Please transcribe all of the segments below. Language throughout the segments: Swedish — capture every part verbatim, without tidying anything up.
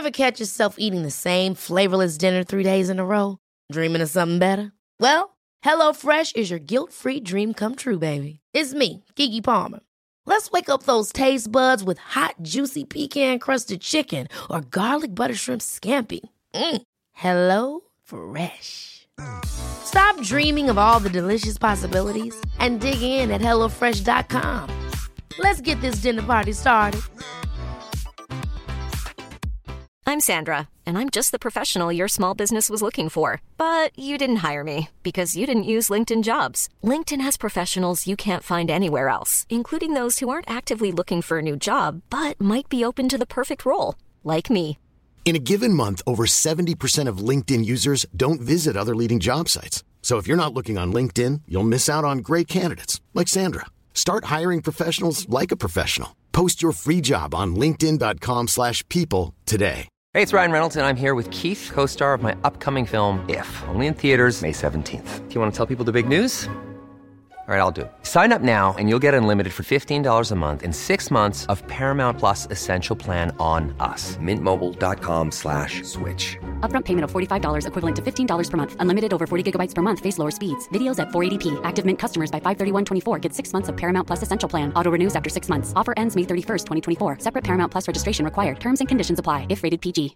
Ever catch yourself eating the same flavorless dinner three days in a row? Dreaming of something better? Well, HelloFresh is your guilt-free dream come true, baby. It's me, Keke Palmer. Let's wake up those taste buds with hot, juicy pecan-crusted chicken or garlic butter shrimp scampi. Mm. Hello Fresh. Stop dreaming of all the delicious possibilities and dig in at hello fresh dot com. Let's get this dinner party started. I'm Sandra, and I'm just the professional your small business was looking for. But you didn't hire me because you didn't use LinkedIn Jobs. LinkedIn has professionals you can't find anywhere else, including those who aren't actively looking for a new job, but might be open to the perfect role, like me. In a given month, over seventy percent of LinkedIn users don't visit other leading job sites. So if you're not looking on LinkedIn, you'll miss out on great candidates, like Sandra. Start hiring professionals like a professional. Post your free job on linkedin dot com slash people today. Hey, it's Ryan Reynolds, and I'm here with Keith, co-star of my upcoming film, If, only in theaters May seventeenth. Do you want to tell people the big news? All right, I'll do it. Sign up now and you'll get unlimited for fifteen dollars a month and six months of Paramount Plus Essential Plan on us. Mint Mobile dot com slash switch. Upfront payment of forty-five dollars equivalent to fifteen dollars per month. Unlimited over forty gigabytes per month. Face lower speeds. Videos at four eighty p. Active Mint customers by five thirty-one twenty-four get six months of Paramount Plus Essential Plan. Auto renews after six months. Offer ends May thirty-first, twenty twenty-four. Separate Paramount Plus registration required. Terms and conditions apply if rated P G.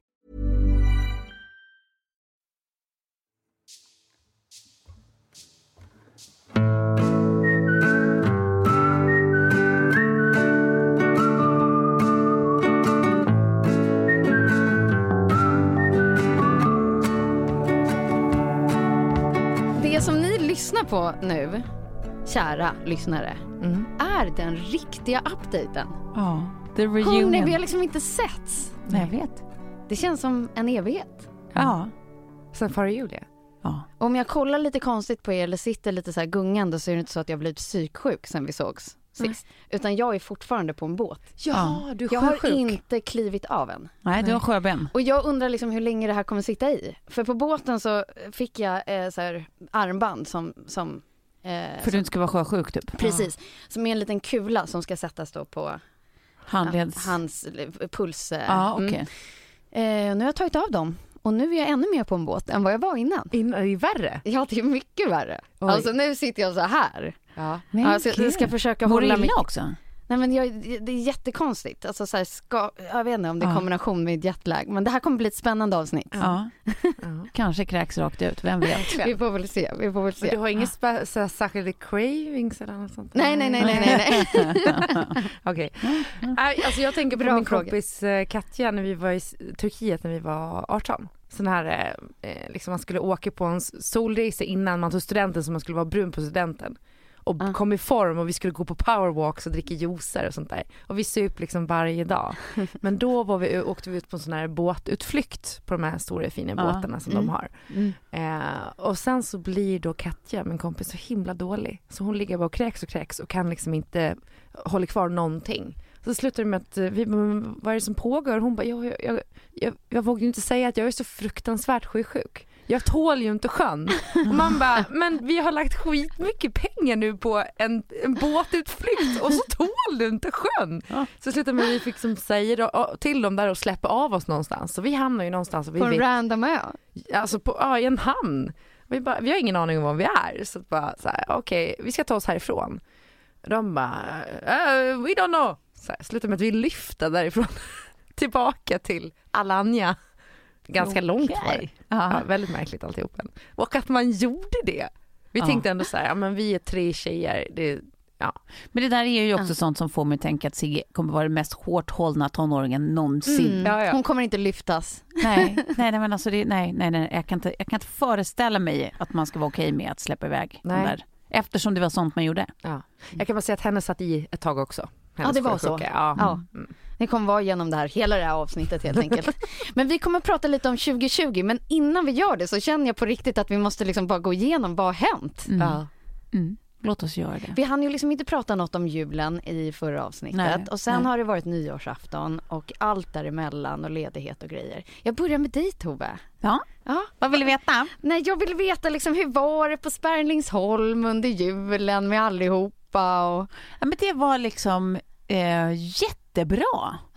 Det som ni lyssnar på nu, kära lyssnare, mm. är den riktiga updaten. Ja, the reunion. Hörrni, vi har liksom inte setts. Nej, jag vet. Det känns som en evighet. Ja. Sen förra julen. Ja. Om jag kollar lite konstigt på er eller sitter lite så här gungande, så är det inte så att jag blivit psyksjuk sen vi sågs sist. Nej. Utan jag är fortfarande på en båt. Ja, ja. Du är jag har sjuk. inte klivit av än. Nej, du har sjöben. Och jag undrar liksom hur länge det här kommer sitta i. För på båten så fick jag eh, så här armband som... som eh, För som, du inte ska vara sjösjuk typ. Precis. Ja. Som är en liten kula som ska sättas då på Handleds... hans puls. Eh, ja, okej. Okay. mm. eh, nu har jag tagit av dem. Och nu är jag ännu mer på en båt än vad jag var innan. In, är det värre? Ja, det är mycket värre. Oj. Alltså nu sitter jag så här. Ja. Men alltså, jag ska försöka Mår hålla mig också. Nej, men jag, det är jättekonstigt. Alltså, så här, ska, jag vet inte om det är ja. kombination med jetlag. Men det här kommer bli ett spännande avsnitt. Ja. Ja. Kanske kräks rakt ut, vem vet. Vi får väl se. Vi får väl se. Men du har inga spä- så särskilda cravings eller något sånt? Nej, nej, nej, nej, nej. nej. Okej. Okay. Alltså, jag tänker på Bra min fråga. kompis Katja när vi var i Turkiet när vi var arton. Sån här, eh, liksom man skulle åka på en solresa innan man tog studenten, så man skulle vara brun på studenten. Och uh. kom i form, och vi skulle gå på powerwalks och dricka juicer och sånt där. Och vi sup liksom varje dag. Men då var vi, åkte vi ut på en sån här båtutflykt på de här stora fina uh. båtarna som mm. de har. Mm. Eh, och sen så blir då Katja, min kompis, så himla dålig. Så hon ligger bara och kräks och kräks och kan liksom inte hålla kvar någonting. Så slutar det med att vi, vad är det som pågår? Hon bara, jag, jag, jag, jag, jag vågar ju inte säga att jag är så fruktansvärt sjuk. Jag tål ju inte sjön. Och man bara, men vi har lagt skitmycket pengar nu på en, en båtutflykt och så tål du inte sjön. Ja. Så slutar med att vi fick som säger till dem där och släppa av oss någonstans. Så vi hamnar ju någonstans. Och vi på en vet, random ö? Alltså på, ja, i en hamn. Vi, bara, vi har ingen aning om var vi är. Så bara så här, okej, okay, vi ska ta oss härifrån. De bara, uh, we don't know. Så här, slutar med att vi lyfter därifrån tillbaka till Alanya. Ganska okay. långt var det. Ja, väldigt märkligt alltihop. Och att man gjorde det. Vi ja. tänkte ändå så här, ja, men vi är tre tjejer. Det, ja. Men det där är ju också ja. sånt som får mig att tänka att Sigge kommer vara den mest hårt hållna tonåringen någonsin. Mm. Ja, ja. Hon kommer inte lyftas. Nej, nej, nej men alltså det, nej, nej, nej. Jag kan inte, jag kan inte föreställa mig att man ska vara okej med att släppa iväg den där. Eftersom det var sånt man gjorde. Ja. Jag kan bara säga att henne satt i ett tag också. Hennes ja, det var så. Ja. Ja. Mm. Det kommer vara genom det här, hela det här avsnittet helt enkelt. Men vi kommer prata lite om tjugo tjugo. Men innan vi gör det så känner jag på riktigt att vi måste liksom bara gå igenom vad har hänt. Mm. Ja. Mm. Låt oss göra det. Vi hann ju liksom inte prata något om julen i förra avsnittet. Nej, och sen nej. har det varit nyårsafton och allt däremellan och ledighet och grejer. Jag börjar med dig, Tove. Ja. Ja. Vad vill du veta? Nej, jag vill veta liksom, hur var det på Sperlingsholm under julen med allihopa? Och... Ja, men det var liksom eh, jättebra. Ja.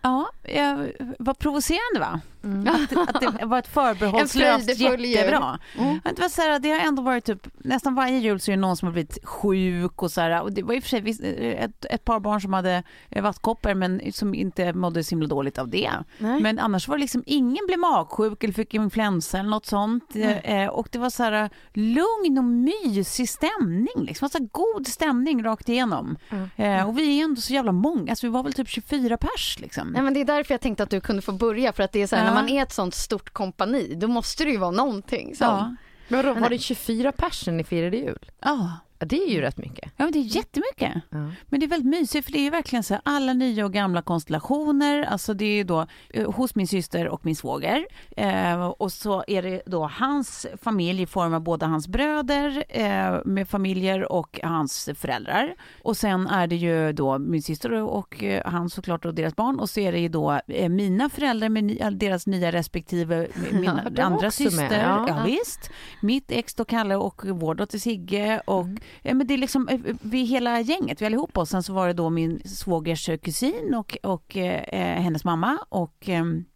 Ja, jag, vad provocerande va? Mm. Att, att det var ett förbehållslöst jättebra. Mm. Det, var så här, det har ändå varit typ, nästan varje jul så är det någon som har blivit sjuk och så här, och det var i och för sig ett, ett par barn som hade vattkoppor men som inte mådde så himla dåligt av det. Nej. Men annars var det liksom ingen blev magsjuk eller fick influensa eller något sånt. Mm. Och det var så här lugn och mysig stämning liksom, så här god stämning rakt igenom. Mm. Och vi är ändå så jävla många, alltså vi var väl typ tjugofyra pers liksom. Nej, men det är därför jag tänkte att du kunde få börja, för att det är så här, ja. När man är ett sånt stort kompani, då måste det ju vara någonting. Så. Ja. Men då var det tjugofyra personer ni firade jul? Ja. Ja, det är ju rätt mycket. Ja, men det är jättemycket. Mm. Men det är väldigt mysigt, för det är ju verkligen så här, alla nya och gamla konstellationer. Alltså det är ju då eh, hos min syster och min svåger. Eh, och så är det då hans familj i form av båda hans bröder eh, med familjer och hans föräldrar. Och sen är det ju då min syster och eh, han såklart och deras barn. Och så är det ju då eh, mina föräldrar med ny, deras nya respektive mina ja, andra syster. Ja. Ja, visst. Mitt ex då Kalle och vår dotter Sigge och mm. Ja, men det är liksom vi hela gänget, vi allihop, och sen så var det då min svågers kusin och, och eh, hennes mamma och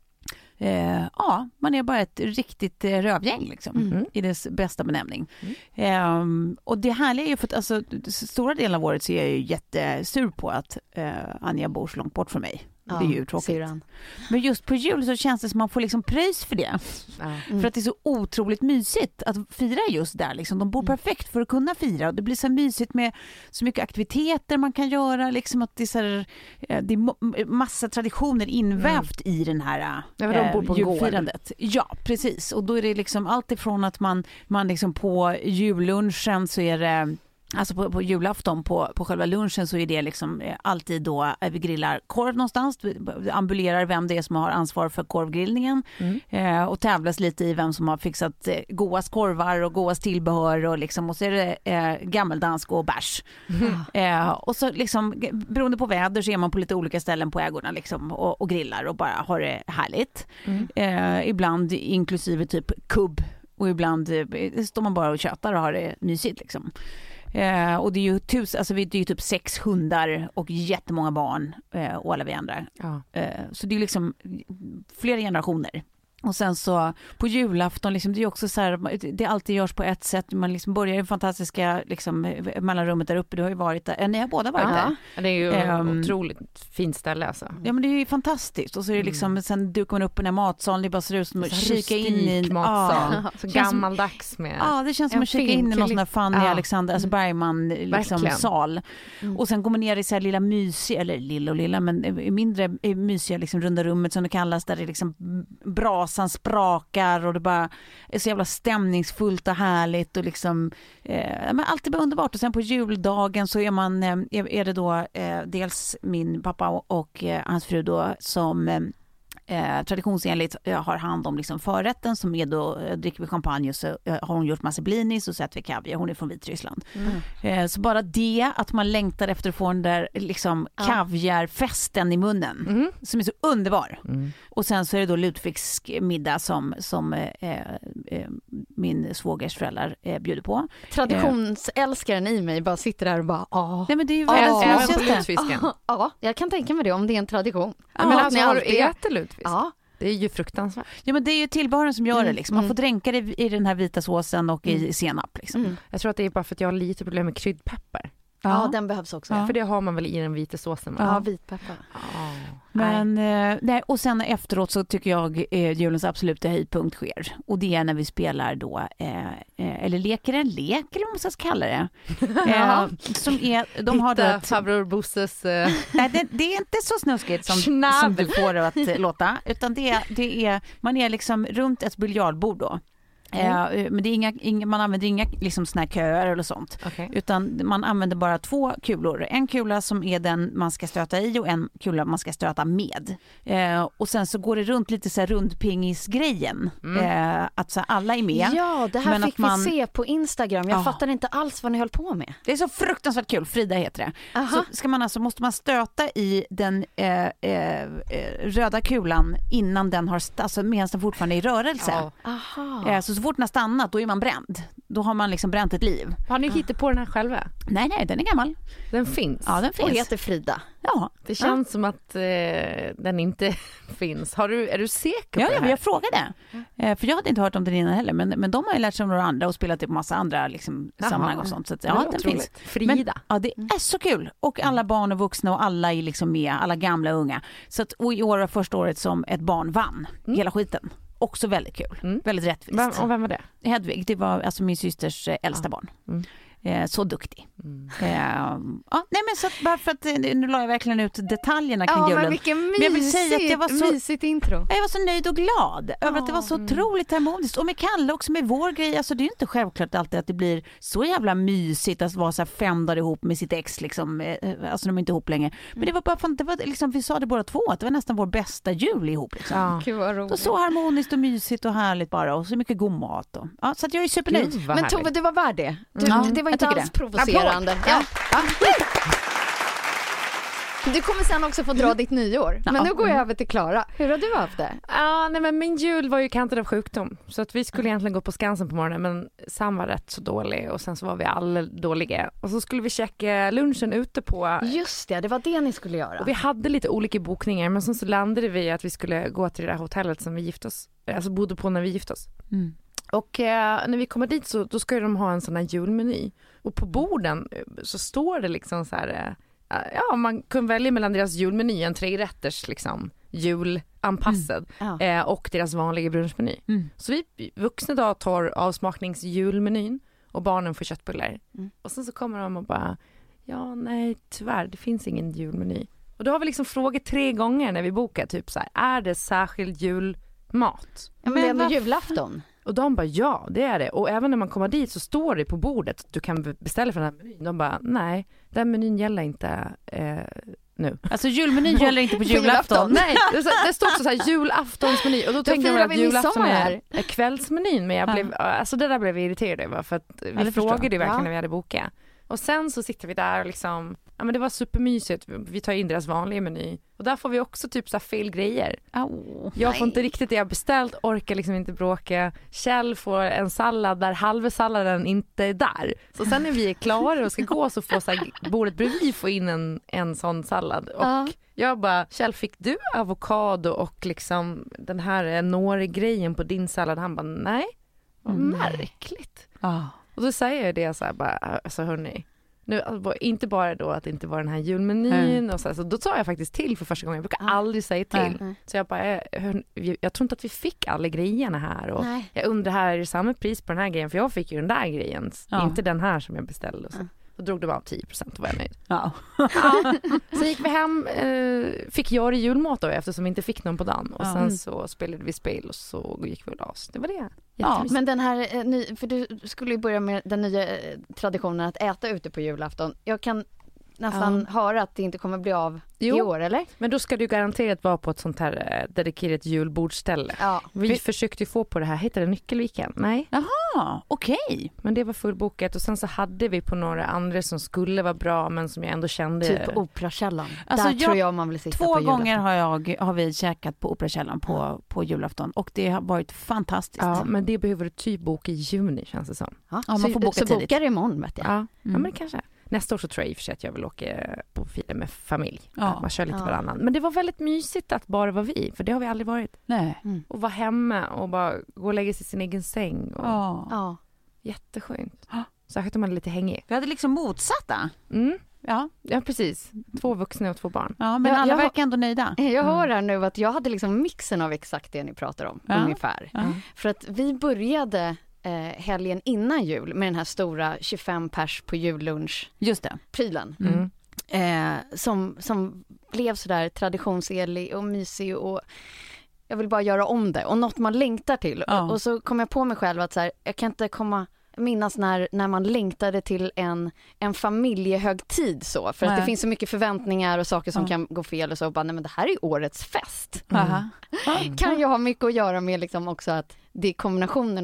eh, ja, man är bara ett riktigt eh, rövgäng liksom, mm. i dess bästa benämning. Mm. Eh, och det härliga är ju för att alltså, stora delen av året så är jag ju jättesur på att eh, Anja bor så långt bort från mig. Det är ju tråkigt. Men just på jul så känns det som man får liksom pröjs för det. Mm. För att det är så otroligt mysigt att fira just där. Liksom. De bor perfekt för att kunna fira. Och det blir så mysigt med så mycket aktiviteter man kan göra. Liksom att det är, så här, det är massa traditioner invävt mm. i den här ja, de bor på julfirandet. Ja, precis. Och då är det liksom allt ifrån att man, man liksom på jullunchen så är det... Alltså på, på julafton, på, på själva lunchen så är det liksom eh, alltid då eh, vi grillar korv någonstans. Vi, vi ambulerar vem det är som har ansvar för korvgrillningen. Mm. Eh, och tävlas lite i vem som har fixat eh, godas korvar och godas tillbehör. Och, liksom, och så är det eh, gammeldansk och bärs. Mm. Eh, och så liksom, beroende på väder så är man på lite olika ställen på ägorna liksom, och, och grillar och bara har det härligt. Mm. Eh, ibland inklusive typ kubb. Och ibland eh, står man bara och tjötar och har det mysigt liksom. Eh, och det är ju tus, alltså det är ju typ sex hundar och jättemånga barn eh, och alla vi andra. Ja. Eh, så det är liksom flera generationer. Och sen så på julafton liksom, det är också så här, det alltid görs på ett sätt. Man liksom börjar i det fantastiska liksom, mellanrummet där uppe. Du har ju varit där. Ni har båda varit ja. där. Det är ju ett um, otroligt fint ställe alltså. Ja, men det är ju fantastiskt. Och så är det liksom, mm. sen dukar man upp den här matsalen. Det bara ser ut som att kika in i matsal. Ja. Så gammaldags med. Ja, det känns som att kika in i någon sån här Fanny ja. Alexander, alltså Bergman liksom, sal. Mm. Och sen går man ner i så här lilla mysiga, eller lilla och lilla, men mindre mysiga liksom, runda rummet som det kallas, där det liksom brasan sprakar och det bara är så jävla stämningsfullt och härligt och liksom eh, men allt är bara underbart. Och sen på juldagen så är man eh, är det då eh, dels min pappa och, och eh, hans fru då som eh, Eh, traditionsenligt eh, har hand om liksom förrätten som är då eh, dricker vi champagne och så eh, har hon gjort massa blinis och så äter vi kaviar. Hon är från Vitryssland. Mm. Eh, så bara det att man längtar efter att få den där liksom ja. kaviarfesten i munnen mm. som är så underbar. Mm. Och sen så är det då lutfisk middag som, som eh, eh, min svågers föräldrar eh, bjuder på. Traditionsälskaren i mig bara sitter där och bara ah. Nej, men det är ju världens lutfisken. Ja, jag kan tänka mig det om det är en tradition. Ja, men alltså har du ätit lutfisk? Ja. Det är ju fruktansvärt. Ja, men det är ju tillbehören som gör det liksom. Man får dränka det i den här vita såsen och i senap liksom. Mm. Jag tror att det är bara för att jag har lite problem med kryddpeppar. Ja, ja, den behövs också. Ja. För det har man väl i den vita såsen. Ja, ja, vitpeppar. Oh. Men eh, nej, och sen efteråt så tycker jag eh, julens absoluta höjdpunkt sker. Och det är när vi spelar då eh, eh, eller leker en lek eller vad man ska kalla det. Eh, som är de har då ett, farbror Bosses eh... Nej, det, det är inte så snuskigt som, som du får det att eh, låta, utan det är, det är man är liksom runt ett biljardbord då. Mm. Eh, men det är inga, inga, man använder inga liksom såna här köer eller sånt. Okay. Utan man använder bara två kulor. En kula som är den man ska stöta i och en kula man ska stöta med. Eh, och sen så går det runt lite så här rundpingisgrejen. Mm. Eh, att så här, alla är med. Ja, det här men fick man... vi se på Instagram. Jag oh. fattar inte alls vad ni höll på med. Det är så fruktansvärt kul. Frida heter det. Aha. Så ska man alltså, måste man stöta i den eh, eh, röda kulan innan den har, alltså medan den fortfarande är i rörelse. Oh. Aha. Eh, så Så fort den har stannat, då är man bränd. då har man liksom bränt ett liv. Har ni hittat på den här själva? Nej, nej, den är gammal. Den finns? Ja, den finns. Och heter Frida. Ja. Det känns ja. som att eh, den inte finns. Har du, är du säker ja, på ja, det här? Jag frågade. Mm. För jag hade inte hört om den innan heller. Men, men de har ju lärt sig om några andra och spelat i massa andra liksom, sammanhang och sånt. Så att, ja, den finns. Frida. Men, ja, det är så kul. Och alla barn och vuxna och alla är liksom med. Alla gamla och unga. Så att, och i år var första året som ett barn vann mm. hela skiten. Också väldigt kul. Mm. Väldigt rättvist. Vem, och vem var det? Hedvig. Det var alltså min systers äldsta ja. barn. Mm. Eh, så duktig. Mm. Eh, ja, nej men så att bara för att nu la jag verkligen ut detaljerna kring ja, julen. Men vilken mysigt, men jag vill säga att jag var så, mysigt intro. Jag var så nöjd och glad ja. över att det var så otroligt harmoniskt. Och med Kalle också med vår grej. Alltså det är ju inte självklart alltid att det blir så jävla mysigt att vara så här fem dagar ihop med sitt ex liksom. Alltså de är inte ihop längre. Men det var bara fan, det var liksom, vi sa det båda två att det var nästan vår bästa jul ihop liksom. Ja. Gud vad roligt. Och så harmoniskt och mysigt och härligt bara. Och så mycket god mat. Och, ja, så att jag är supernöjd. Men Tove, du var värd det. Du, ja, det var inte alls det. provocerande. Ja. Ja. Du kommer sen också få dra ditt nyår. Men nu går jag över till Klara. Hur har du haft det? Ja, nej, men min jul var ju kantad av sjukdom. Så att vi skulle egentligen gå på Skansen på morgonen. Men Sam var rätt så dålig. Och sen så var vi alla dåliga. Och så skulle vi checka lunchen ute på... Just det, det var det ni skulle göra. Och vi hade lite olika bokningar. Men sen så landade vi att vi skulle gå till det där hotellet som vi gifte oss. Alltså bodde på när vi gifte oss. Mm. Och eh, när vi kommer dit så då ska de ha en sån här julmeny. Och på borden så står det liksom så här... Eh, ja, man kan välja mellan deras julmeny, en tre rätters liksom julanpassad mm. ja. eh, och deras vanliga brunchmeny. Mm. Så vi vuxna då tar avsmakningsjulmenyn och barnen får köttbullar. Mm. Och sen så kommer de och bara, ja nej tyvärr, det finns ingen julmeny. Och då har vi liksom frågat tre gånger när vi bokar typ så här, är det särskild julmat? Ja, men, men det är ändå julafton. Och de bara, ja det är det. Och även när man kommer dit så står det på bordet att du kan beställa för den här menyn. De bara, nej, den menyn gäller inte eh, nu. Alltså julmenyn gäller inte på julafton. Nej, det, det står också så här julaftonsmeny. Och då, då tänkte jag att julafton är, är kvällsmenyn. Men jag blev, alltså det där blev vi irriterade över. För att vi ja, frågade ju verkligen ja. när vi hade bokat. Och sen så sitter vi där och liksom, ja men det var supermysigt. Vi tar in deras vanliga meny. Och där får vi också typ så här fel grejer. Oh, jag får nej. inte riktigt det jag beställt, orkar liksom inte bråka. Kjell får en sallad där halva salladen inte är där. Så sen när vi är klara och ska gå så får så här, bordet bredvid få in en, en sån sallad. Och uh. jag bara, Kjell, fick du avokado och liksom den här nårig-grejen på din sallad? Han bara, nej. Vad mm. märkligt. Uh. Och då säger jag det så här bara, alltså hörni, nu, alltså, inte bara då att det inte var den här julmenyn mm. och så, så då sa jag faktiskt till för första gången. Jag brukar mm. aldrig säga till. Mm. Så jag bara, jag, jag, jag tror inte att vi fick alla grejerna här. Och jag undrar, här är det samma pris på den här grejen? För jag fick ju den där grejen, ja. inte den här som jag beställde. Och så. Mm. Då drog de av tio procent och var jag nöjd. Ja. ja. Så gick vi hem, eh, fick jag julmat då eftersom vi inte fick någon på dagen. Och sen så spelade vi spel och så gick vi och la oss. Det var det. Ja, men den här, för du skulle ju börja med den nya traditionen att äta ute på julafton. Jag kan nästan ja. höra att det inte kommer bli av jo, i år, eller? Men då ska du garanterat vara på ett sånt här dedikerat julbordställe. Ja. Vi, vi försökte ju få på det här, heter det Nyckelviken? Nej. Jaha, okej. Okay. Men det var fullbokat och sen så hade vi på några andra som skulle vara bra men som jag ändå kände... Typ Operakällan. Alltså där jag, tror jag man vill sitta två på julafton. Gånger har, jag, har vi käkat på Operakällan på, ja. på julafton och det har varit fantastiskt. Ja, men det behöver du typ boka i juni känns det som. Ja, ja man får boka så tidigt. Så bokar det imorgon, vet jag. Ja, mm. ja men det kanske. Nästa år så tror jag i och för sig att jag vill åka på fira med familj. Ja. Man kör lite ja. varannan. Men det var väldigt mysigt att bara vara vi. För det har vi aldrig varit. Nej. Mm. Och vara hemma och bara gå och lägga sig i sin egen säng. Och... Ja. Ja. Jätteskönt. Ja. Särskilt om man är lite hängig. Vi hade liksom motsatta. Mm. Ja. ja, precis. Två vuxna och två barn. Ja, men jag, alla jag, verkar ändå nöjda. Jag hör här nu att jag hade liksom mixen av exakt det ni pratar om. Ja. Ungefär. Ja. För att vi började... Eh, helgen innan jul med den här stora tjugofem pers på jullunch. Just det. Prylen. Mm. Eh, som, som blev sådär traditionsenlig och mysig och jag vill bara göra om det. Och något man längtar till. Ja. Och, och så kom jag på mig själv att så här, jag kan inte komma minnas när, när man längtade till en, en familjehögtid så. För nej. Att det finns så mycket förväntningar och saker som ja. kan gå fel och så. Och bara, nej men det här är årets fest. Mm. Mm. Kan ju ha mycket att göra med liksom också att det är kombinationen av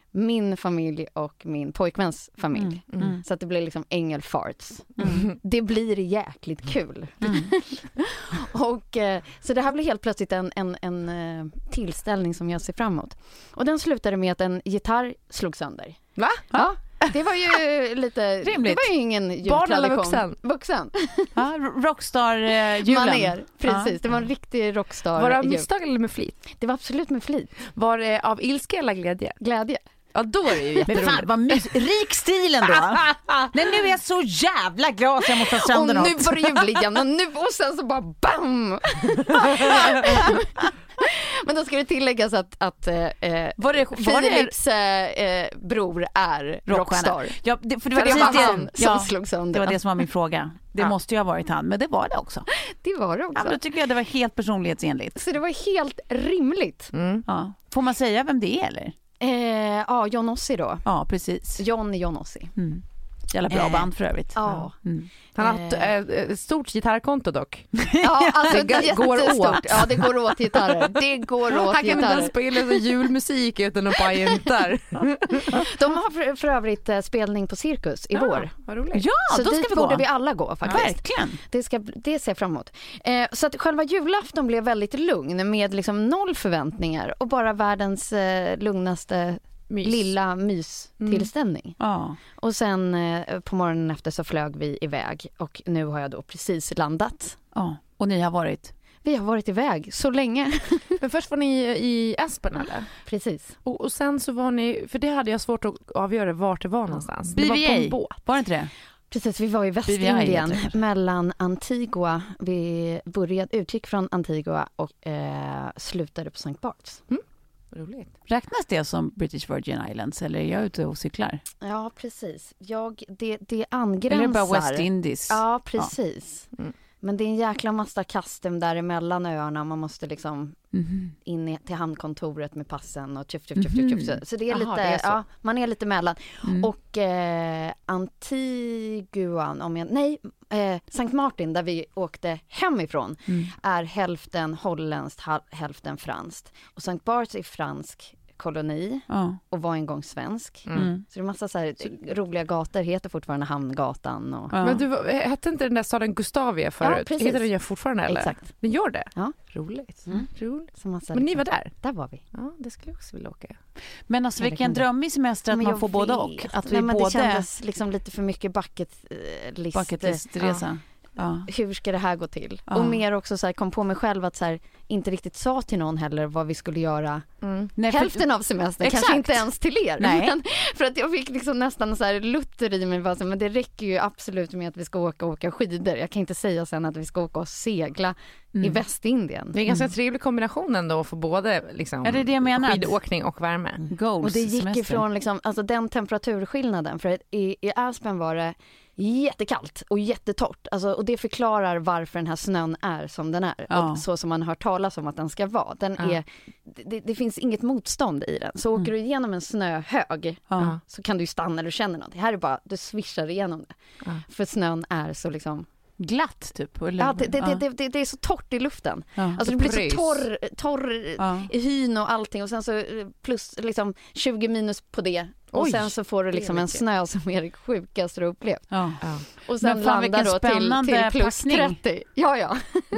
min familj och min pojkväns familj. Mm. Mm. Så att det blir liksom ängelfarts. Mm. Det blir jäkligt kul. Mm. och eh, så det här blir helt plötsligt en, en, en eh, tillställning som jag ser fram emot. Och den slutade med att en gitarr slog sönder. Va? Ja. Det var ju lite... Rimligt. Det var ju ingen jultradition. Barn eller vuxen? Vuxen. Ja, rockstar-julen. Maner, precis. Ja. Det var en riktig rockstar. Var det av misstag eller med flit? Det var absolut med flit. Var det av ilska eller glädje? Glädje. Ja, då är det ju Men jätteroligt. fan, vad mys- rik stil ändå. Nej, nu är jag så jävla glad så jag måste ha Och sönder nu något. var det julligan och, nu, och sen så bara BAM! Men då ska det tilläggas att, att eh, Var det, var det Philips eh, bror är rockstar. Ja, det, för det För var, det var precis han det, som ja, slog sönder. det var det som var min fråga. Det Ja. måste ju ha varit han, men det var det också. Det var det Ja, också. men då tycker jag det var helt personlighetsenligt. Så det var helt rimligt. Mm. Ja. Får man säga vem det är eller? Eh, ja, John Ossie då. Ja, precis. John John Ossie. Mm. Jävla bra Eh, band för övrigt. Ja. Mm. Han har ett äh, ett stort gitarrkonto dock. Ja, alltså Det det går går åt. åt. Ja, det går åt gitarrer. Det går åt Han kan inte gitarrer. ens spela så julmusik utan att paja gitarr. De har för, för övrigt eh, spelning på Cirkus i vår. Vad roligt. Ja, Så då ska dit vi borde gå. vi alla gå faktiskt. Verkligen. Det, ska, det ser jag fram emot. Eh, så att själva julafton blev väldigt lugn med liksom noll förväntningar och bara världens eh, lugnaste Mys. lilla mystillställning. Ja. Och sen eh, på morgonen efter så flög vi iväg och nu har jag då precis landat. Ja. Och ni har varit? Vi har varit iväg så länge. Men först var ni i Aspen eller? Precis. Och, och sen så var ni, för det hade jag svårt att avgöra vart det var någonstans. Det B var V på A, en båt. var det inte det? Precis, vi var i B V I Västindien heter det. mellan Antigua. Vi började, utgick från Antigua och eh, slutade på Sankt Barts. Roligt. Räknas det som British Virgin Islands eller är jag ute och cyklar? Ja, precis. Jag, det, det angränsar. Eller bara West Indies? Ja, precis. Ja. Mm. Men det är en jäkla massa custom däremellan öarna. Man måste liksom Mhm. in i, till hamnkontoret med passen och tjuff, tjuff, tjuff, tjuff, tjuff. Så, så det är Jaha, lite, det är så. ja, man är lite mellan. Mm. Och eh, Antiguan, om jag, nej, eh, Sankt Martin där vi åkte hemifrån Mm. är hälften holländskt, hal- hälften franskt. Och Sankt Barts är fransk koloni Ja. och var en gång svensk. Mm. Så det är massa så här roliga gator, heter fortfarande Hamngatan och... Ja. Men du, var- hette inte den där staden Gustavia förut? Ja, precis. Heter den ju fortfarande eller? Exakt. Den gör det? Ja. Roligt. Mm. Roligt. Så massa Men ni liksom- var där? Där var vi. Ja, det skulle jag också vilja åka. Men alltså vilken Herregud. drömmig semester att Men man jag får både och. vet. Att vi Nej, men både det kändes liksom lite för mycket bucket eh, list. bucket list-resa. Ja. Hur ska det här gå till? Ja. Och mer också så här, kom på mig själv att så här, inte riktigt sa till någon heller vad vi skulle göra Nej, för- hälften av semestern, Exakt. kanske inte ens till er. Nej. Men för att jag fick liksom nästan så här lutter i mig, bara så, men det räcker ju absolut med att vi ska åka och åka skidor. Jag kan inte säga sen att vi ska åka och segla Mm. i Västindien. Det är en ganska trevlig kombination ändå för både liksom, Ja, det är det jag menar. skidåkning och värme. Goals, Och det gick semester. ifrån liksom, alltså den temperaturskillnaden, för att i, i Aspen var det jättekallt och jättetorrt. Alltså, och det förklarar varför den här snön är som den är. Ja. Och så som man har hört talas om att den ska vara. Den Ja. är, det, det finns inget motstånd i den. Så åker du igenom en snöhög Ja. så kan du ju stanna när du känner någonting. Här är bara, du swishar igenom det. Ja. För snön är så liksom, Glatt typ? Eller? ja, det, det, ja. det, det, det är så torrt i luften. Ja. Alltså det blir Pröjs. så torr, torr Ja. i hyn och allting och sen så plus liksom tjugo minus på det och Oj, sen så får du liksom det är en mycket. snö som är det sjukaste du har upplevt. Ja. Ja. Och sen Men fan, landar vilken då till, spännande till plus packning. trettio. Ja, ja.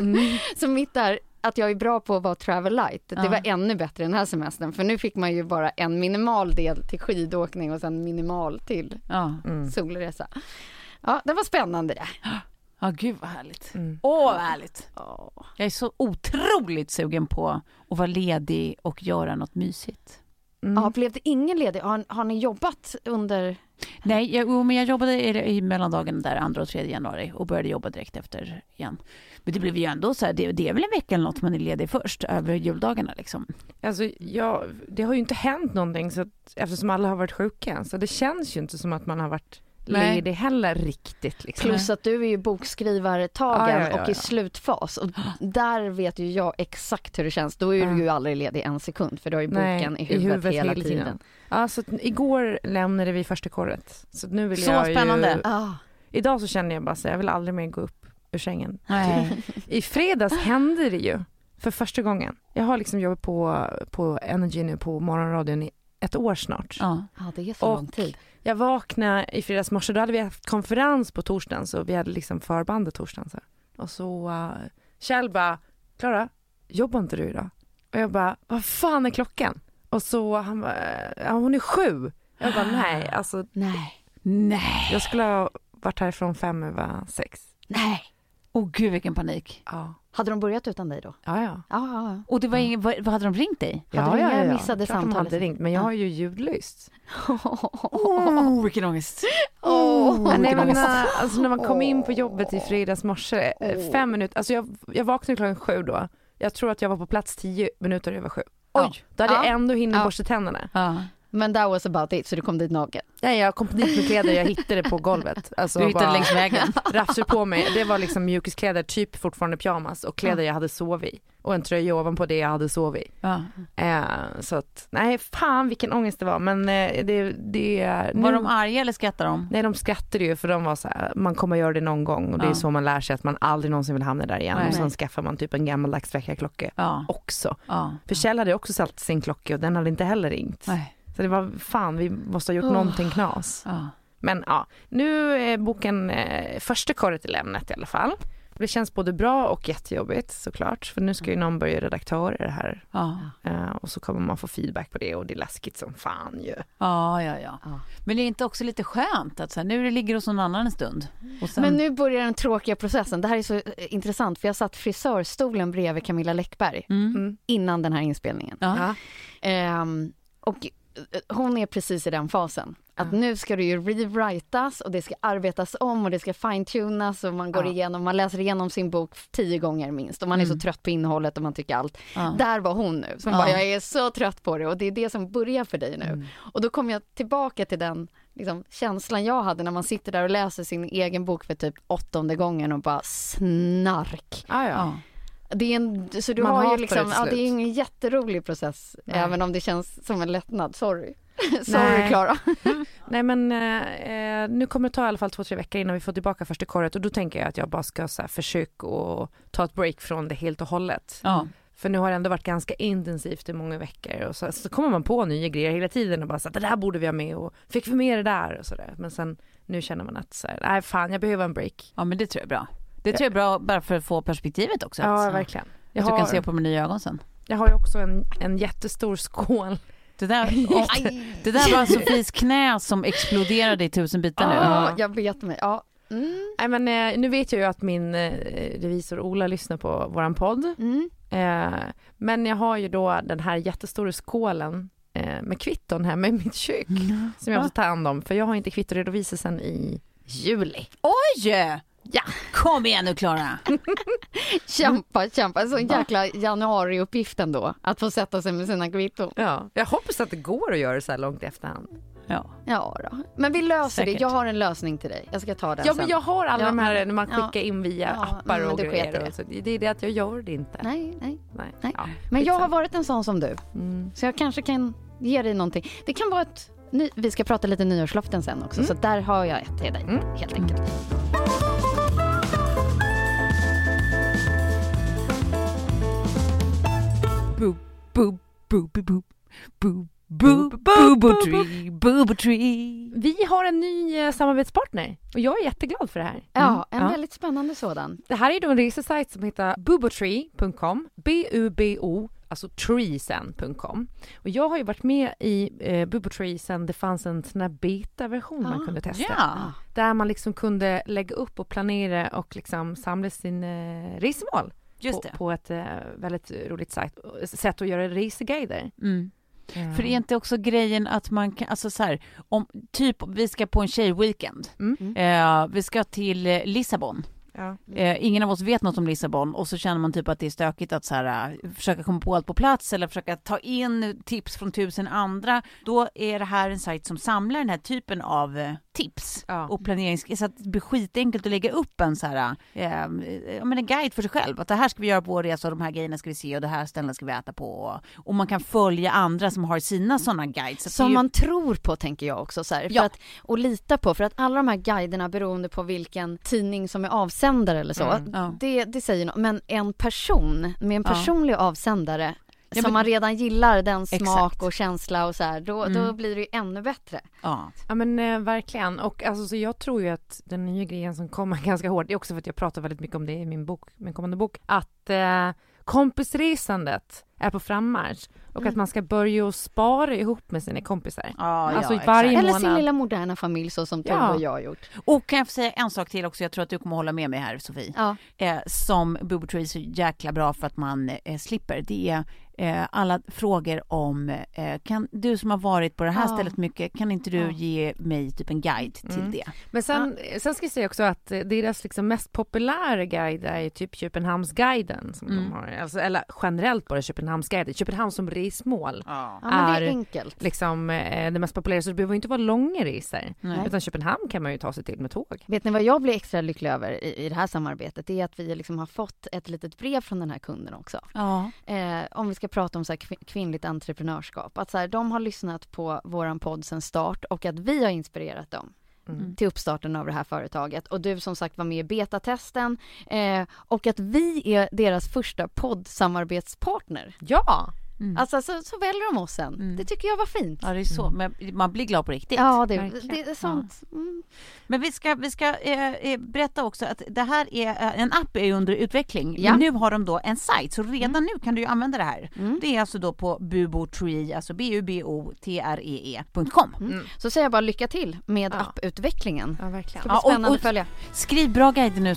Så mitt där, att jag är bra på att vara travel light, det Ja. var ännu bättre den här semestern. För nu fick man ju bara en minimal del till skidåkning och sen minimal till Ja. Mm. solresa. Ja, det var spännande det. Ja, gud vad härligt. Mm. Åh, vad härligt. Ja. Jag är så otroligt sugen på att vara ledig och göra något mysigt. Mm. Ja, blev det ingen ledig? Har, har ni jobbat under... Nej, jag, jo, men jag jobbade i, i mellandagen där andra och tredje januari och började jobba direkt efter igen. Men det blev ju ändå så här, det, det är väl en vecka eller något man är ledig först, över juldagarna liksom. Alltså, ja, det har ju inte hänt någonting så att, eftersom alla har varit sjuka. Så det känns ju inte som att man har varit Nej. ledig heller riktigt. Liksom. Plus att du är ju bokskrivartagen Ja, ja, ja, och i ja. slutfas. Och där vet ju jag exakt hur det känns. Då är Ja. du ju aldrig ledig en sekund för du har ju Nej, boken i i huvudet, huvudet hela hela tiden. tiden. Ja, så att igår lämnade vi första korret. Så nu vill Så jag spännande. Ju... Ah. Idag så känner jag bara så här, jag vill aldrig mer gå upp ur sängen. Nej. I fredags hände det ju för första gången. Jag har liksom jobbat på, på Energy nu på morgonradion i ett år snart. Ja, ja det är så och lång tid. Jag vaknade i fredags morse, då hade vi haft konferens på torsdagen, så vi hade liksom förbandet torsdagen. Så. Och så uh, Kjell bara, Klara, jobbar inte du idag? Och jag bara, vad fan är klockan? Och så han bara, ja, hon är sju. Jag bara, nej, alltså nej. Nej. Jag skulle ha varit härifrån fem över sex. Nej. Åh oh, gud, vilken panik. Ja. Hade de börjat utan dig då? Ja, ja. Ja, ja, ja. Och det var ingen, vad, vad hade de ringt dig? Ja, hade du ja, inga ja, missade klart samtal? de hade ringt, men jag har ju ljudlyst. Oh, vilken ångest. Oh, nej, men, uh, alltså, när man kom in på jobbet i fredags morse, oh. fem minuter, alltså jag, jag vaknade klockan sju då. Jag tror att jag var på plats tio minuter över sju. Oj, ja. Då hade ja. jag ändå hinnit ja. borsta tänderna. Ja. Men that was about it, så du kom dit naken? Nej, jag kom dit med kläder, jag hittade på golvet. Alltså, du hittade längs vägen? Rafsade på mig. Det var liksom mjukiskläder, typ fortfarande pyjamas och kläder ja. jag hade sovit i. Och en tröja ovanpå det jag hade sovit i. Ja. Eh, så att, nej fan vilken ångest det var. Men eh, det, det Var nu, de arga eller skrattade de? Nej, de skrattade ju, för de var så här, man kommer göra det någon gång. Och det ja. är så man lär sig att man aldrig någonsin vill hamna där igen. Nej. Och sen skaffar man typ en gammaldags väckarklocka ja. också. Ja. För Kjell hade också satt sin klocka och den hade inte heller ringt. Nej. Så det var, fan, vi måste ha gjort oh. någonting knas. Oh. Men ja, nu är boken eh, första korret i lämnet i alla fall. Det känns både bra och jättejobbigt såklart. För nu ska ju någon börja redaktör i det här. Oh. Uh, och så kommer man få feedback på det och det är läskigt som fan ju. Ja, ja, ja. Oh. Men det är inte också lite skönt att så här, nu ligger hos någon annan en stund. Och sen... Men nu börjar den tråkiga processen. Det här är så intressant för jag satt frisörstolen bredvid Camilla Läckberg mm. Mm. innan den här inspelningen. Uh. Um, och hon är precis i den fasen. Att mm. nu ska det ju rewritas och det ska arbetas om och det ska fine-tunas och man går ja. igenom, man läser igenom sin bok tio gånger minst och man mm. är så trött på innehållet och man tycker allt. Ja. Där var hon nu. Så hon ja. bara, jag är så trött på det och det är det som börjar för dig nu. Mm. Och då kom jag tillbaka till den liksom, känslan jag hade när man sitter där och läser sin egen bok för typ åttonde gången och bara snark. Ah, ja. Det är en, så du man har ju liksom, ja, det är ingen jätterolig process. Nej. Även om det känns som en lättnad. Sorry. Sorry, Klara. Nej, men eh, nu kommer det ta i alla fall två, tre veckor innan vi får tillbaka första korret. Och då tänker jag att jag bara ska så här, försöka och ta ett break från det helt och hållet. Ja. För nu har det ändå varit ganska intensivt i många veckor. Och så, så kommer man på nya grejer hela tiden och bara så att det där borde vi ha med och fick vi med det där och sådär. Men sen nu känner man att så här, nej fan, jag behöver en break. Ja, men det tror jag är bra. Det tror jag är bra bara för att få perspektivet också. Ja, verkligen. Jag att du har, kan se på med nya ögon sen. Jag har ju också en, en jättestor skål. Det där, oh, det där var Sofies knä som exploderade i tusen bitar nu. Ja, jag vet mig. Ja. Mm. Nej, men, eh, nu vet jag ju att min eh, revisor Ola lyssnar på våran podd. Mm. Eh, men jag har ju då den här jättestora skålen eh, med kvitton hemma i mitt kök. Mm. Som jag måste ta hand om. För jag har inte kvittoredovisningen i juli. Oj! Ja, kom igen nu, Klara. kämpa, kämpa. Så en jäkla januariuppgift ändå. Att få sätta sig med sina kvitton. Ja, jag hoppas att det går att göra så här långt efterhand. Ja, ja då. Men vi löser Säkert. det. Jag har en lösning till dig. Jag ska ta den Ja, sen. men jag har alla ja. de här när man skickar ja. in via ja, appar mm, och grejer. Och så. Det är det att jag gör det inte. Nej, nej. nej. nej. Ja, men jag har varit en sån som du. Mm. Så jag kanske kan ge dig någonting. Det kan vara ett... Ny... Vi ska prata lite nyårslöften sen också. Mm. Så där har jag ett till dig. Mm. Helt enkelt. Boop, boop, boop, boop, boop. Boobo Tree. Vi har en ny eh, samarbetspartner och jag är jätteglad för det här. Ja, en ja. väldigt spännande sådan. Det här är då en resesajt som heter boobotree punkt com. B U B O, alltså treesen punkt com. Och jag har ju varit med i eh, Boobotree sen det fanns en sån här beta-version ah, man kunde testa. Yeah. Där man liksom kunde lägga upp och planera och liksom samla sin eh, resmål. Just på, det. på ett eh, väldigt roligt sajt, sätt att göra reseguider. Mm. Mm. För det är inte också grejen att man kan, alltså så här, om typ vi ska på en tjejweekend, mm. eh, vi ska till Lissabon. Ja. Eh, ingen av oss vet något om Lissabon och så känner man typ att det är stökigt att så här, försöka komma på allt på plats eller försöka ta in tips från tusen andra. Då är det här en sajt som samlar den här typen av eh, tips ja. och planerings, så att det blir skitenkelt att lägga upp en så här, eh, men en guide för sig själv. Att det här ska vi göra på vår resa och de här grejerna ska vi se och det här ställen ska vi äta på. Och, och man kan följa andra som har sina sådana guides. Så som ju... man tror på, tänker jag också. Så här, för ja. att, och lita på, för att alla de här guiderna beroende på vilken tidning som är avsändare eller så, mm. ja. det, det säger något. Men en person med en personlig ja. avsändare ja, som men... man redan gillar den smak Exakt. Och känsla och så här, då, mm. då blir det ju ännu bättre. Ja, ja men eh, verkligen. Och alltså, så jag tror ju att den nya grejen som kommer ganska hårt, det är också för att jag pratar väldigt mycket om det i min bok, min kommande bok, att eh, kompisresandet är på frammarsch och mm. att man ska börja och spara ihop med sina kompisar. Ja, alltså ja, varje exakt. Eller sin lilla moderna familj så som Tove ja. och jag har gjort. Och kan jag få säga en sak till också, jag tror att du kommer hålla med mig här, Sofie. Ja. Eh, som Boobo Tree är så jäkla bra för att man eh, slipper. Det är eh, alla frågor om eh, kan du som har varit på det här ja. stället mycket, kan inte du ja. ge mig typ en guide till mm. det? Men sen, ja. sen ska jag säga också att deras liksom mest populära guide är typ Köpenhamnsguiden som mm. de har. Alltså, eller generellt bara Köpenhamnsguiden. Köpenhamn som resmål ja. Ja, men det är enkelt. Liksom, eh, det mest populära, så det behöver inte vara långa resor. Nej. Utan Köpenhamn kan man ju ta sig till med tåg. Vet ni vad jag blir extra lycklig över i, i det här samarbetet? Det är att vi liksom har fått ett litet brev från den här kunden också. Ja. Eh, om vi ska prata om så här kvin- kvinnligt entreprenörskap. Att så här, de har lyssnat på våran podd sedan start och att vi har inspirerat dem. Mm. till uppstarten av det här företaget. Och du som sagt var med i betatesten. Eh, och att vi är deras första poddsamarbetspartner. Ja! Mm. Alltså så, så väljer de oss sen. Mm. Det tycker jag var fint. Ja, det är så. Men man blir glad på riktigt. Ja, det, det är sånt. Ja. Mm. Men vi ska, vi ska eh, berätta också att det här är en app är under utveckling. Ja. Men nu har de då en sajt. Så redan mm. nu kan du ju använda det här. Mm. Det är alltså då på Bubotree, alltså B U B O T R E E punkt com. Mm. Mm. Så säger jag bara lycka till med ja. apputvecklingen. Ja, verkligen. Det blir spännande ja, och, och, att följa. Skriv bra guider nu.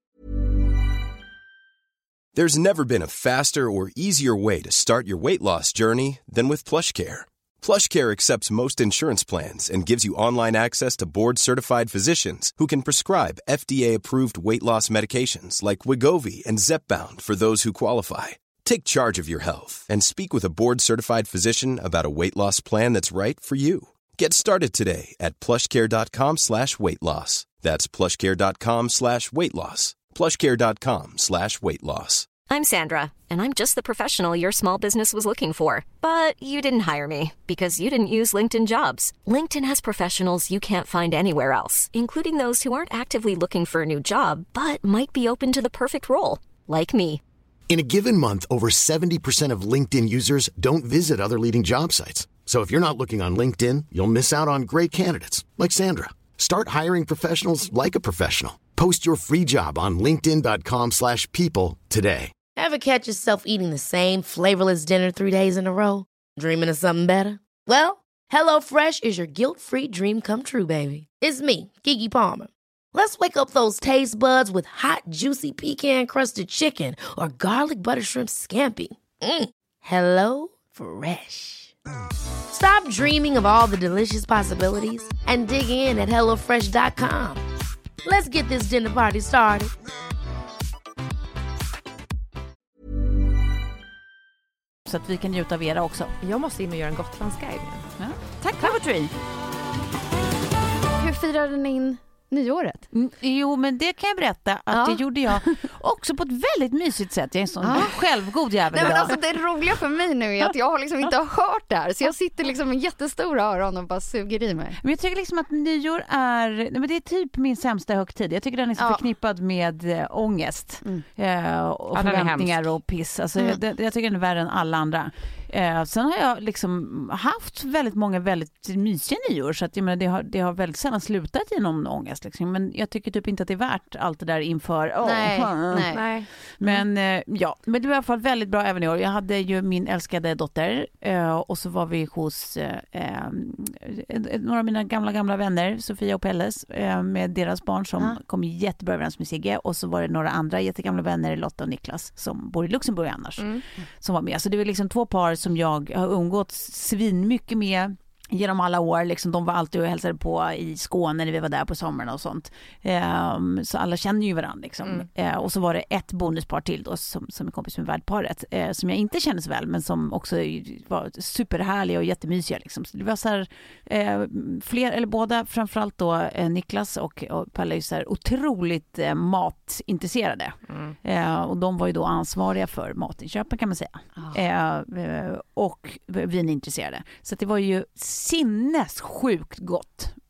There's never been a faster or easier way to start your weight loss journey than with PlushCare. PlushCare accepts most insurance plans and gives you online access to board-certified physicians who can prescribe F D A-approved weight loss medications like Wegovy and Zepbound for those who qualify. Take charge of your health and speak with a board-certified physician about a weight loss plan that's right for you. Get started today at plushcare.com slash weight loss. That's plushcare.com slash weight loss. plushcare.com slash weight loss. I'm Sandra, and I'm just the professional your small business was looking for. But you didn't hire me because you didn't use LinkedIn Jobs. LinkedIn has professionals you can't find anywhere else, including those who aren't actively looking for a new job, but might be open to the perfect role, like me. In a given month, over seventy percent of LinkedIn users don't visit other leading job sites. So if you're not looking on LinkedIn, you'll miss out on great candidates, like Sandra. Start hiring professionals like a professional. Post your free job on linkedin.com slash people today. Ever catch yourself eating the same flavorless dinner three days in a row? Dreaming of something better? Well, HelloFresh is your guilt-free dream come true, baby. It's me, Keke Palmer. Let's wake up those taste buds with hot, juicy pecan-crusted chicken or garlic butter shrimp scampi. Mm. Hello Fresh. Stop dreaming of all the delicious possibilities and dig in at hello fresh dot com. Let's get this dinner party started. Så att vi kan njuta av era också. Jag måste in och göra en Gotlandsguide. Ja. Tack, Bubotree. Hur firade ni in nyåret? Mm, jo, men det kan jag berätta att ja. det gjorde jag också på ett väldigt mysigt sätt. Jag är en sån ja. självgod jävel. Nej, men alltså, det roliga för mig nu är att jag har liksom inte hört det här. Så jag sitter liksom med jättestora öron och bara suger i mig. Men jag tycker liksom att nyår är, nej, men det är typ min sämsta högtid. Jag tycker den är så ja. förknippad med äh, ångest mm. äh, och ja, förväntningar och piss. Alltså, mm. jag, jag tycker den är värre än alla andra. Eh, sen har jag liksom haft väldigt många väldigt mysiga nyår, så att jag menar, det, har, det har väldigt sällan slutat i någon ångest liksom. Men jag tycker typ inte att det är värt allt det där inför. Oh, nej, oh. nej. nej. Men eh, ja, men det var i alla fall väldigt bra även i år. Jag hade ju min älskade dotter eh, och så var vi hos eh, några av mina gamla gamla vänner, Sofia och Pelles, eh, med deras barn som ah. kom jättebra överens med Sigge, och så var det några andra jättegamla vänner, Lotta och Niklas, som bor i Luxemburg annars, mm. som var med. Så det var liksom två par som jag har umgått svin mycket med genom alla år. Liksom, de var alltid och hälsade på i Skåne när vi var där på sommaren och sånt. Um, så alla känner ju varandra. Liksom. Mm. Uh, och så var det ett bonuspar till då, som, som är kompis med värdparet, uh, som jag inte känner så väl, men som också var superhärliga och jättemysiga. Liksom. Så det var så här, uh, fler, eller båda, framförallt då uh, Niklas och, och Pelle, är så här otroligt uh, matintresserade. Mm. Uh, och de var ju då ansvariga för matinköpen, kan man säga. Oh. Uh, uh, och vinintresserade. Så det var ju sinnessjukt gott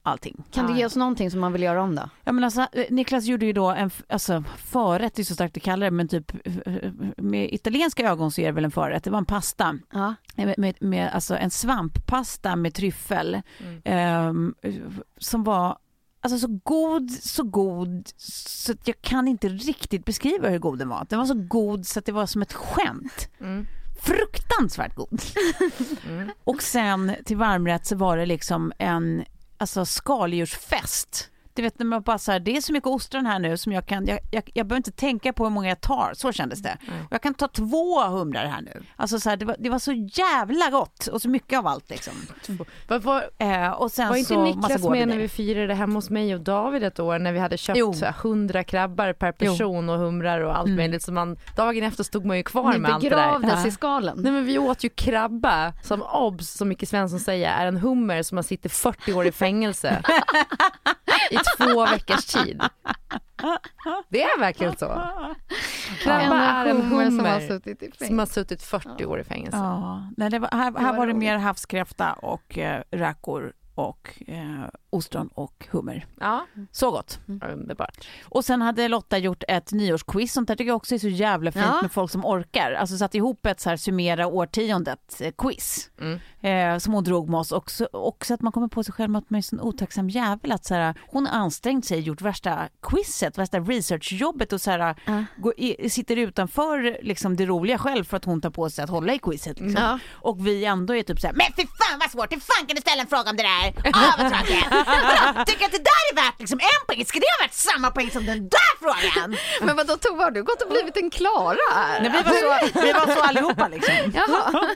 allting. Kan du ge oss någonting som man vill göra om då? Ja, men alltså, Niklas gjorde ju då en alltså, förrätt, det är så starkt att kalla det, men typ med italienska ögon så är det väl en förrätt. Det var en pasta. Ja. Med, med, med alltså en svamppasta med tryffel mm. eh, som var alltså så god, så god så att jag kan inte riktigt beskriva hur god den var. Den var så god så att det var som ett skämt. Mm. Fruktansvärt god. Mm. Och sen till varmrätt så var det liksom en alltså skaldjursfest. Du vet när man bara så här, det är så mycket ostron här nu som jag kan, jag, jag, jag behöver inte tänka på hur många jag tar, så kändes det. Mm. Och jag kan ta två humrar här nu. Alltså så här, det var, det var så jävla gott och så mycket av allt liksom. Mm. Var, var, eh, och sen var inte så Niklas med när vi firade hemma hos mig och David ett år när vi hade köpt så här, hundra krabbar per person jo. och humrar och allt mm. möjligt, så man, dagen efter stod man ju kvar Ni med allt det där. Ni begravdes i skalen. Nej, men vi åt ju krabba som obs, som Micke Svensson säger, är en hummer som man sitter fyrtio år i fängelse i två veckors tid. Det är verkligen så. Krabba är en hummer som har suttit i fängelse. Som har suttit fyrtio år i fängelse. Ja, nej, det var, här, här var det mer havskräfta och eh, räkor och eh, ostron och hummer. Ja. Så gott. Mm. Underbart. Och sen hade Lotta gjort ett nyårsquiz, sånt där tycker jag också är så jävla fint ja. med folk som orkar. Alltså satt ihop ett så här summera årtiondet eh, quiz mm. eh, som hon drog med oss. Också, också att man kommer på sig själv med att man är en otacksam jävel. Att, så här, hon har ansträngt sig, gjort värsta quizet, värsta researchjobbet och så här, uh. går i, sitter utanför liksom, det roliga själv för att hon tar på sig att hålla i quizet. Liksom. Mm. Och vi ändå är typ så här, men för fan vad svårt, hur fan kan du ställa en fråga om det där? Ah, vad tråkigt. Tycker att det där är värt liksom en poäng. Ska det ha varit samma poäng som den där frågan? Men vad då tog var du gått och blivit en Klara här? Nej, vi, var så, vi var så allihopa liksom. Jaha.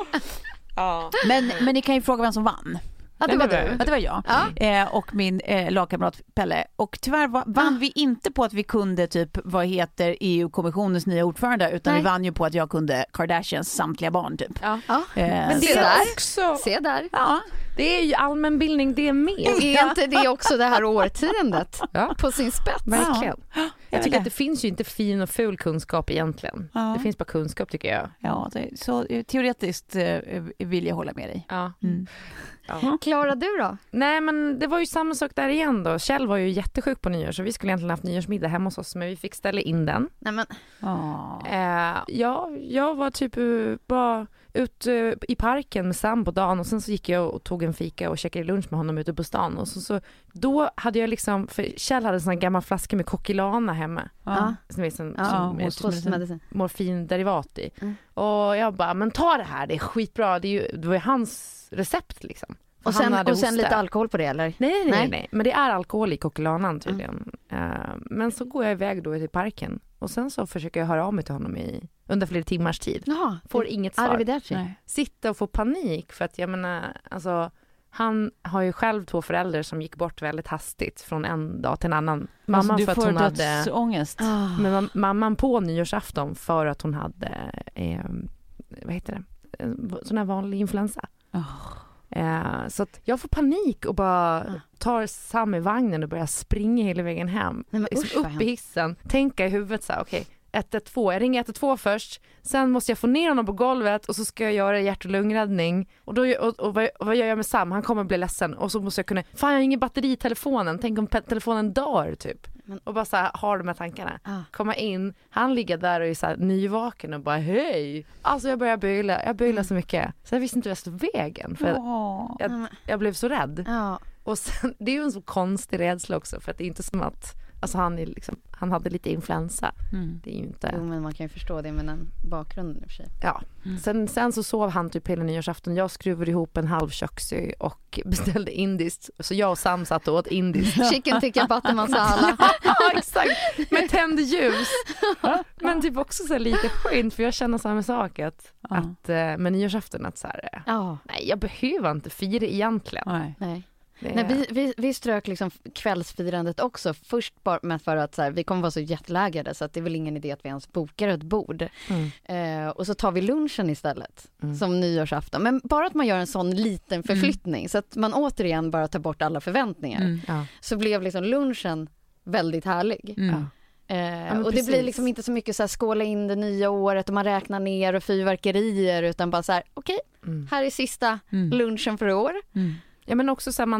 Ja. Men, men ni kan ju fråga vem som vann. Ja, det var du. Ja, det var jag. Ja. Eh, och min eh, lagkamrat Pelle. Och tyvärr va- vann ja. vi inte på att vi kunde typ, vad heter E U-kommissionens nya ordförande, utan Nej. vi vann ju på att jag kunde Kardashians samtliga barn typ. Ja. Ja. Eh, men det är också... Se där. Ja. Det är ju allmänbildning, det är med. Och är inte det också det här årtiondet ja. på sin spets? Verkligen. Ja. Jag tycker att det finns ju inte fin och ful kunskap egentligen. Ja. Det finns bara kunskap tycker jag. Ja, det, så teoretiskt eh, vill jag hålla med dig. Ja. Mm. Ja. Klara du då? Nej, men det var ju samma sak där igen då. Kjell var ju jättesjuk på nyår så vi skulle egentligen haft nyårsmiddag hemma hos oss, men vi fick ställa in den. Nej, men... eh, ja, jag var typ bara ut uh, i parken med Sam på dagen och sen så gick jag och tog en fika och käkade lunch med honom ute på stan och så, så då hade jag liksom, för Kjell hade en sån här gammal flaska med Kokilana hemma. Ja. Som är som, ja, som är som morfinderivat i. Mm. Och jag bara, men ta det här, det är skitbra. Det, är ju, det var ju hans recept liksom. Och sen, och sen lite alkohol på det eller? Nej, nej, nej, nej. Men det är alkohol i Kokilanan tydligen. Mm. Uh, men så går jag iväg då till parken. Och sen så försöker jag höra av mig till honom i, under flera timmars tid. Jaha, får inget svar. Sitta och få panik för att jag menar, alltså han har ju själv två föräldrar som gick bort väldigt hastigt från en dag till en annan. Mamman alltså, för att hon hade ångest. Oh. Men mamman på nyårsafton för att hon hade eh, vad heter det? Sån här vanlig influensa. Oh. Eh, så att jag får panik och bara tar Sam i vagnen och börjar springa hela vägen hem. Nej, men liksom upp i hissen, tänka i huvudet så här, okej, okay, ett ett två, jag ringer ett ett två först, sen måste jag få ner honom på golvet och så ska jag göra hjärt- och lungräddning och, då, och, och, vad, och vad gör jag med Sam? Han kommer bli ledsen och så måste jag kunna, fan jag har ingen batteri i telefonen, tänk om telefonen dör typ. Men, och bara så här, har de här tankarna. Ah. Komma in, han ligger där och är så här nyvaken och bara hej. Alltså jag börjar böjla, jag böjlar mm. så mycket. Så jag visste inte hur jag stod vägen för oh. jag, jag blev så rädd. Oh. Och sen, det är ju en så konstig rädsla också för att det är inte som att alltså han, är liksom, han hade lite influensa. Mm. Det är ju inte... Jo, men man kan ju förstå det med den bakgrunden i och för sig. Ja. Mm. Sen, sen så sov han typ hela nyårsafton. Jag skruvade ihop en halv köksö och beställde indiskt. Så jag och Sam satt och åt indiskt. Chicken tikka butter masala. Ja, exakt. Med tänd ljus. Men typ också så lite skint för jag känner samma sak att, ja. att med nyårsafton att så här, ja. nej jag behöver inte fira egentligen. Nej. Nej. Nej, vi, vi, vi strök liksom kvällsfirandet också. Först bara med för att så här, vi kommer vara så jetlaggade så att det är väl ingen idé att vi ens bokar ett bord. Mm. Eh, och så tar vi lunchen istället mm. som nyårsafton. Men bara att man gör en sån liten förflyttning mm. så att man återigen bara tar bort alla förväntningar. Mm. Ja. Så blev liksom lunchen väldigt härlig. Mm. Eh, ja, och det blir liksom inte så mycket så här skåla in det nya året och man räknar ner och fyrverkerier utan bara så här, okej, okay, mm. här är sista mm. lunchen för år. Mm. Ja, men också så här, man,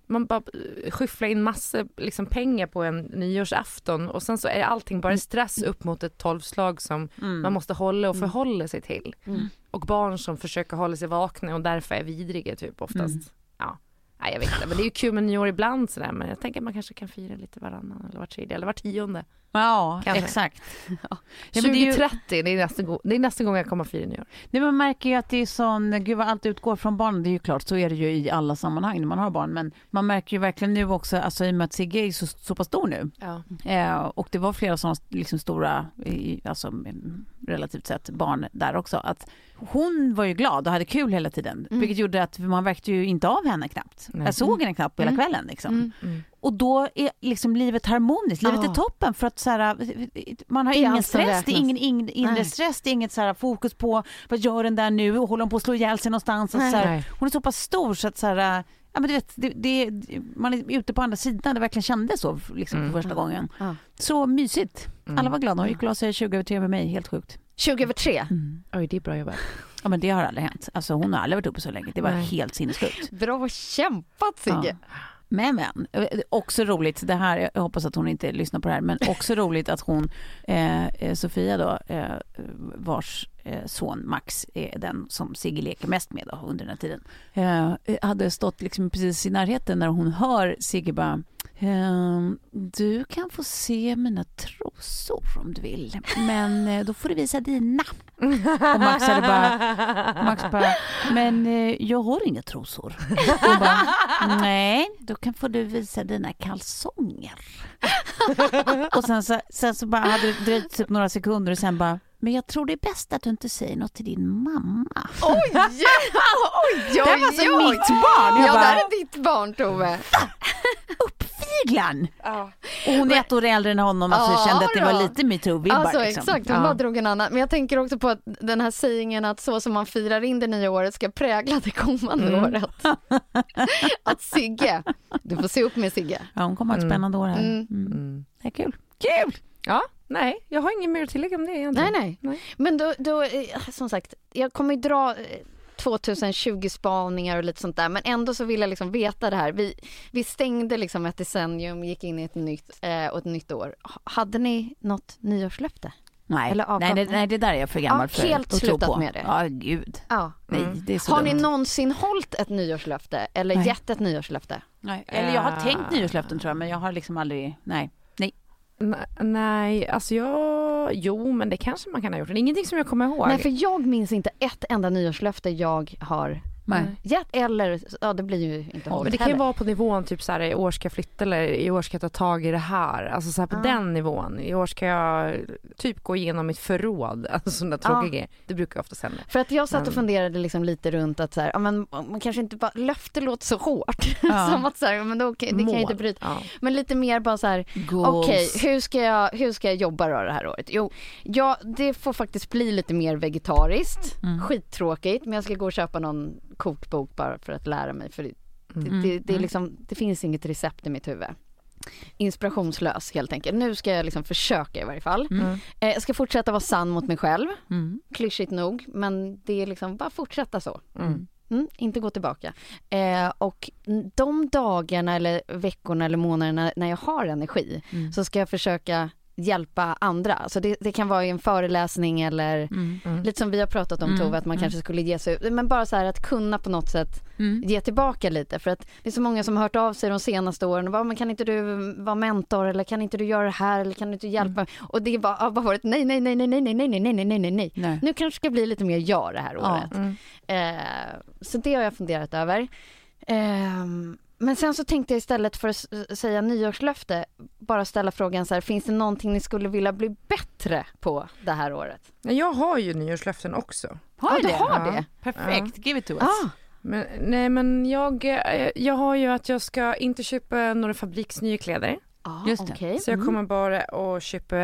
man bara skyfflar in massor liksom, pengar på en nyårsafton och sen så är allting bara stress upp mot ett tolvslag som mm. man måste hålla och förhålla sig till. Mm. Och barn som försöker hålla sig vakna och därför är vidriga typ oftast. Mm. Ja. Nej, jag vet inte, men det är ju kul med nyår ibland sådär, men jag tänker att man kanske kan fira lite varannan eller var tredje eller var tionde. Ja, kanske. Exakt. Ja. tjugo trettio, det är, nästa gång, det är nästa gång jag kommer att fira nyår. Nej, man märker ju att det är sån, gud vad allt utgår från barn, det är ju klart, så är det ju i alla sammanhang när man har barn, men man märker ju verkligen nu också, alltså i och med att Sigge är så, så pass stor nu. Ja. Eh, och det var flera sådana liksom stora, alltså relativt sett barn där också, att hon var ju glad och hade kul hela tiden, mm. vilket gjorde att man verkade ju inte av henne knappt. Nej. Jag såg henne knappt på hela mm. kvällen liksom. Mm. Mm. Och då är liksom livet harmoniskt, livet oh. är toppen för att så här, man har ingen stress, det är ingen in, inre stress, det är inget så här, fokus på vad gör den där nu och håller hon på att slå ihjäl sig någonstans. Och så här, hon är så pass stor så att så här, ja, men du vet, det, det, man är ute på andra sidan, det verkligen kändes så liksom, mm. för första gången. Mm. Så mysigt. Mm. Alla var glada, hon gick och la sig tjugo över tre med mig, helt sjukt. tjugo över tre? Mm. Oj, det är bra jobbat. Ja, men det har aldrig hänt. Alltså hon har aldrig varit uppe så länge. Det var Nej. helt sinnessjukt. Bra kämpat, Sigge. Ja. Men, men, också roligt, det här, jag hoppas att hon inte lyssnar på det här, men också roligt att hon, eh, Sofia då, eh, vars eh, son Max är den som Sigge leker mest med då, under den här tiden, eh, hade stått liksom precis i närheten när hon hör Sigge bara, Um, du kan få se mina trosor om du vill, men uh, då får du visa dina. Och Max hade bara, Max bara men uh, jag har inga trosor. Och bara, nej, då kan få du visa dina kalsonger. Och sen så, sen så bara hade det dröjt typ några sekunder och sen bara, men jag tror det är bäst att du inte säger något till din mamma. Oj, oj, oj, det var så mitt barn. Jag ja, bara, det är ditt barn, Tove. Uppfiglan. Ja. Och hon är ett år äldre än honom, alltså ja, kände att det var lite metoo-vibbar. Alltså liksom. Exakt, hon ja. bara drog en annan. Men jag tänker också på att den här sägningen att så som man firar in det nya året ska prägla det kommande mm. året. Att Sigge, du får se upp med Sigge. Ja, hon kommer att ha ett spännande år här. Mm. Mm. Det är kul. Kul! Ja. Nej, jag har ingen mer att tillägga om det egentligen. Nej, nej. nej. Men då, då, som sagt, jag kommer ju dra tjugo spaningar och lite sånt där, men ändå så vill jag liksom veta det här. Vi, vi stängde liksom ett decennium, gick in i ett nytt eh, och ett nytt år. Hade ni något nyårslöfte? Nej, Eller nej, det, nej, det där är jag för gammal ja, för helt att tro slutat på. Med det. Ja, gud. Ja. Nej, det är så har dumt. ni någonsin hållit ett nyårslöfte eller nej. gett ett nyårslöfte? Nej. Eller jag har tänkt nyårslöften tror jag, men jag har liksom aldrig, nej. Nej. Nej, alltså jag... Jo, men det kanske man kan ha gjort. Det är ingenting som jag kommer ihåg. Nej, för jag minns inte ett enda nyårslöfte jag har gett. Eller, ja det blir ju inte hållet. Men det kan ju vara på nivån typ så här, i år ska jag flytta eller i år ska jag ta tag i det här. Alltså så här på ah. den nivån. I år ska jag typ gå igenom mitt förråd. Alltså sådana tråkiga ah. Det brukar jag ofta säga. För att jag satt och men... funderade liksom lite runt att så här, ja, men man kanske inte bara, löfte låter så hårt. Ah. Som att så här, men då, det kan jag inte bryta. Ah. Men lite mer bara så här, okej, okay, hur ska jag hur ska jag jobba då det här året? Jo, ja, det får faktiskt bli lite mer vegetariskt. Mm. Skittråkigt, men jag ska gå och köpa någon kokbok bara för att lära mig, för det, mm. det, det, det, är liksom, det finns inget recept i mitt huvud. Inspirationslös helt enkelt. Nu ska jag liksom försöka i varje fall. Mm. Eh, jag ska fortsätta vara sann mot mig själv. Mm. Klyschigt nog, men det är liksom bara fortsätta så. Mm. Mm, inte gå tillbaka. Eh, och de dagarna eller veckorna eller månaderna när jag har energi mm. så ska jag försöka hjälpa andra. Så det, det kan vara i en föreläsning eller mm, mm. lite som vi har pratat om, mm, Tove, att man mm. kanske skulle ge sig ut. Men bara så här att kunna på något sätt mm. ge tillbaka lite. För att det är så många som har hört av sig de senaste åren och bara, men kan inte du vara mentor eller kan inte du göra det här eller kan du inte hjälpa? Mm. Och det bara, har bara varit nej, nej, nej, nej, nej, nej, nej, nej, nej, nej, nej, nej. nej. Nu kanske ska bli lite mer ja det här året. Ja. Mm. Eh, så det har jag funderat över. Eh, Men sen så tänkte jag istället för att säga nyårslöfte bara ställa frågan så här, finns det någonting ni skulle vilja bli bättre på det här året? Jag har ju nyårslöften också. Har ja, du det? Har ja. det? Perfekt, ja. Give it to us. Ah. Men, nej men jag, jag har ju att jag ska inte köpa några fabriksnya kläder. Ah, Just det. Okay. Så jag kommer bara att köpa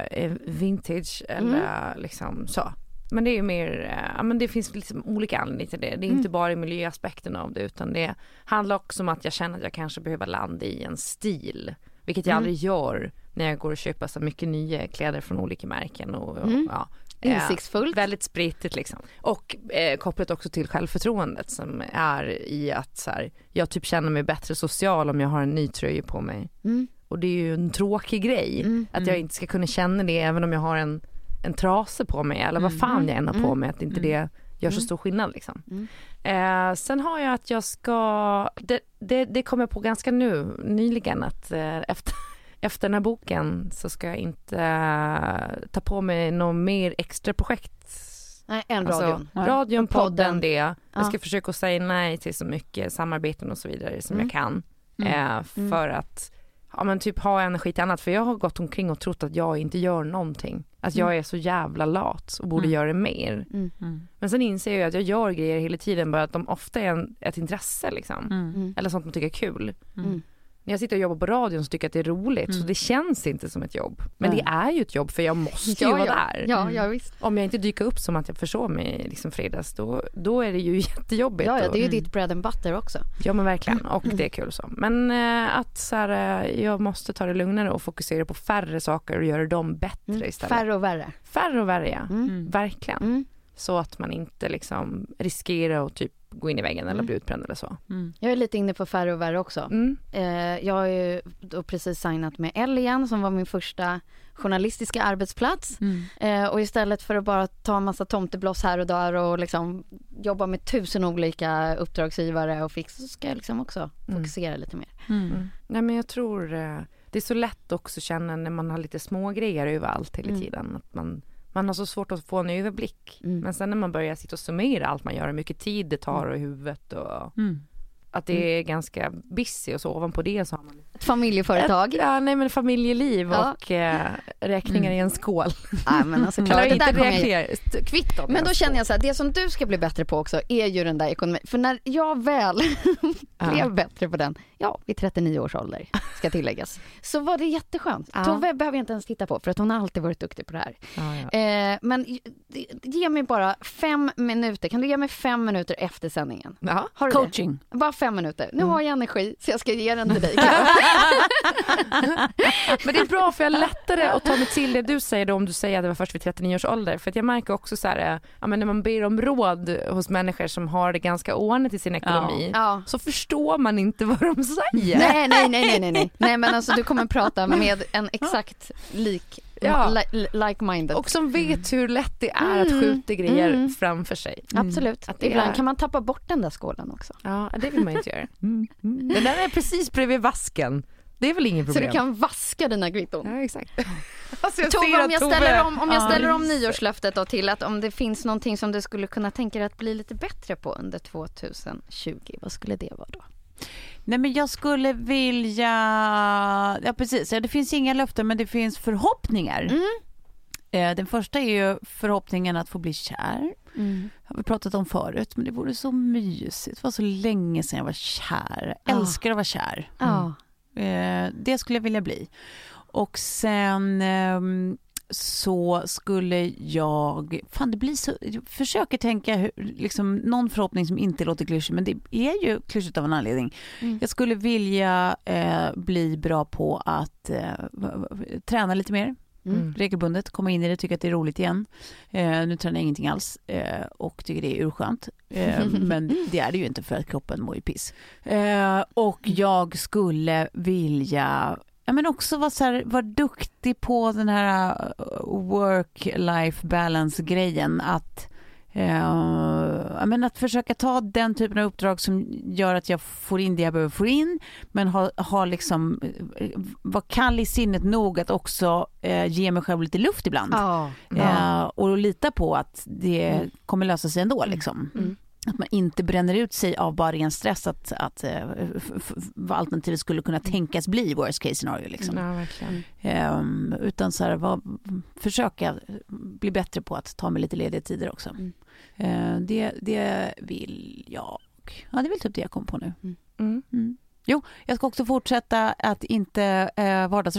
vintage eller mm. liksom så. Men det är ju mer, ja men det finns liksom olika anledningar till det. Det är mm. inte bara miljöaspekten av det, utan det handlar också om att jag känner att jag kanske behöver landa i en stil. Vilket jag mm. aldrig gör när jag går och köper så mycket nya kläder från olika märken. Och, mm. ja. Insiktsfullt. Eh, väldigt spritigt liksom. Och eh, kopplat också till självförtroendet som är i att så här, jag typ känner mig bättre social om jag har en ny tröja på mig. Mm. Och det är ju en tråkig grej mm. att jag inte ska kunna känna det även om jag har en, en trase på mig eller vad fan jag än har på mig, att inte det gör så stor skillnad liksom. Mm. Eh, sen har jag att jag ska det, det, det kom jag på ganska nu nyligen att eh, efter, efter den här boken så ska jag inte eh, ta på mig något mer extra projekt. Nej, en alltså, radion. Radion, podden, podden det. Ja. Jag ska försöka säga nej till så mycket samarbeten och så vidare som mm. jag kan. Mm. Eh, för mm. att ja, men typ ha energi till annat. För jag har gått omkring och trott att jag inte gör någonting. Att mm. jag är så jävla lat och borde mm. göra mer. Mm. Mm. Men sen inser jag att jag gör grejer hela tiden. Bara att de ofta är en, ett intresse liksom. Mm. Eller sånt man tycker är kul. Mm. När jag sitter och jobbar på radion så tycker jag att det är roligt. Mm. Så det känns inte som ett jobb. Men mm. det är ju ett jobb för jag måste ja, ju vara ja. där. Ja, ja, visst. Om jag inte dyker upp som att jag försov mig liksom fredags. Då, då är det ju jättejobbigt. Ja, ja det är ju och, ditt bread and butter också. Ja men verkligen. Och det är kul så. Men äh, att så här, jag måste ta det lugnare och fokusera på färre saker och göra dem bättre mm. istället. Färre och värre. Färre och värre, ja. Mm. Verkligen. Mm. Så att man inte liksom riskerar att typ gå in i väggen mm. eller bli utbränd eller så. Mm. Jag är lite inne på färre och värre också. Mm. Eh, jag har ju då precis signat med Elle igen som var min första journalistiska arbetsplats. Mm. Eh, och istället för att bara ta en massa tomtebloss här och där och liksom jobba med tusen olika uppdragsgivare och fix, så ska jag liksom också mm. fokusera lite mer. Mm. Mm. Nej men jag tror eh, det är så lätt också att känna när man har lite små grejer överallt hela tiden. Mm. Att man Man har så svårt att få en överblick. Mm. Men sen när man börjar sitta och summera allt man gör, hur mycket tid det tar och i huvudet och mm. att det är ganska busy och så ovanpå det så har man ett familjeföretag. Ett, ja, nej men familjeliv ja. och eh, räkningar mm. i en skål. Ja, men alltså klart, det där räkningar, kvitton. Men då känner jag så här, det som du ska bli bättre på också är ju den där ekonomin. För när jag väl blev ja. bättre på den, ja, vid trettionio års ålder ska tilläggas, så var det jätteskönt. Ja. Tove behöver jag inte ens titta på för att hon har alltid varit duktig på det här. Ja, ja. Eh, men ge mig bara fem minuter. Kan du ge mig fem minuter efter sändningen? Ja. Har du coaching. Det? Bara fem minuter. Nu mm. har jag energi så jag ska ge den till dig. Men det är bra för jag är lättare att ta mig till det du säger då, om du säger att det var först vid trettionio års ålder. För att jag märker också så här, ja, men när man ber om råd hos människor som har det ganska ordnat i sin ekonomi ja. så förstår man inte vad de säger. Nej, nej, nej, nej, nej, nej. Nej, men alltså du kommer prata med en exakt lik ja. li- like-minded. Och som vet hur lätt det är att skjuta grejer mm. framför sig. Mm. Absolut. Att ibland är... kan man tappa bort den där skålen också. Ja, det vill man inte göra. Mm. Mm. Den där är precis bredvid vasken. Det är väl ingen problem. Så du kan vaska dina kvitton. Ja, exakt. Alltså jag Tove, om jag ställer om, om, jag ställer om nyårslöftet då till att om det finns någonting som du skulle kunna tänka dig att bli lite bättre på under tjugohundratjugo, vad skulle det vara då? Nej, men jag skulle vilja... Ja, precis. Ja, det finns inga löften, men det finns förhoppningar. Mm. Eh, den första är ju förhoppningen att få bli kär. Mm. Har vi pratat om förut, men det vore så mysigt. Det var så länge sedan jag var kär. Jag älskar att vara kär. Mm. Eh, det skulle jag vilja bli. Och sen... Eh, så skulle jag fan det blir så jag försöker tänka hur, liksom någon förhoppning som inte låter klyschig, men det är ju klyschigt av en anledning. Mm. Jag skulle vilja eh, bli bra på att eh, träna lite mer mm. regelbundet, komma in i det, tycka att det är roligt igen. Eh, nu tränar jag ingenting alls eh, och tycker det är urskönt. Eh, men det är det ju inte för att kroppen mår ju piss. Eh, och jag skulle vilja Ja, men också vara, så här, vara duktig på den här work-life balance-grejen. Att, eh, men att försöka ta den typen av uppdrag som gör att jag får in det jag behöver få in. Men ha, ha liksom, vara kall i sinnet nog att också eh, ge mig själv lite luft ibland. Oh, oh. Eh, och lita på att det mm. kommer lösa sig ändå. Liksom. Mm. Att man inte bränner ut sig av bara ren stress att, att f- f- vad alternativet skulle kunna tänkas bli worst case scenario liksom. Ja, verkligen. Um, utan så här, vad, försöka bli bättre på att ta mig lite lediga tider också. Mm. Uh, det, det vill jag. Ja, det är väl typ det jag kom på nu. Mm. Mm. Jo, jag ska också fortsätta att inte uh, vardagsröka.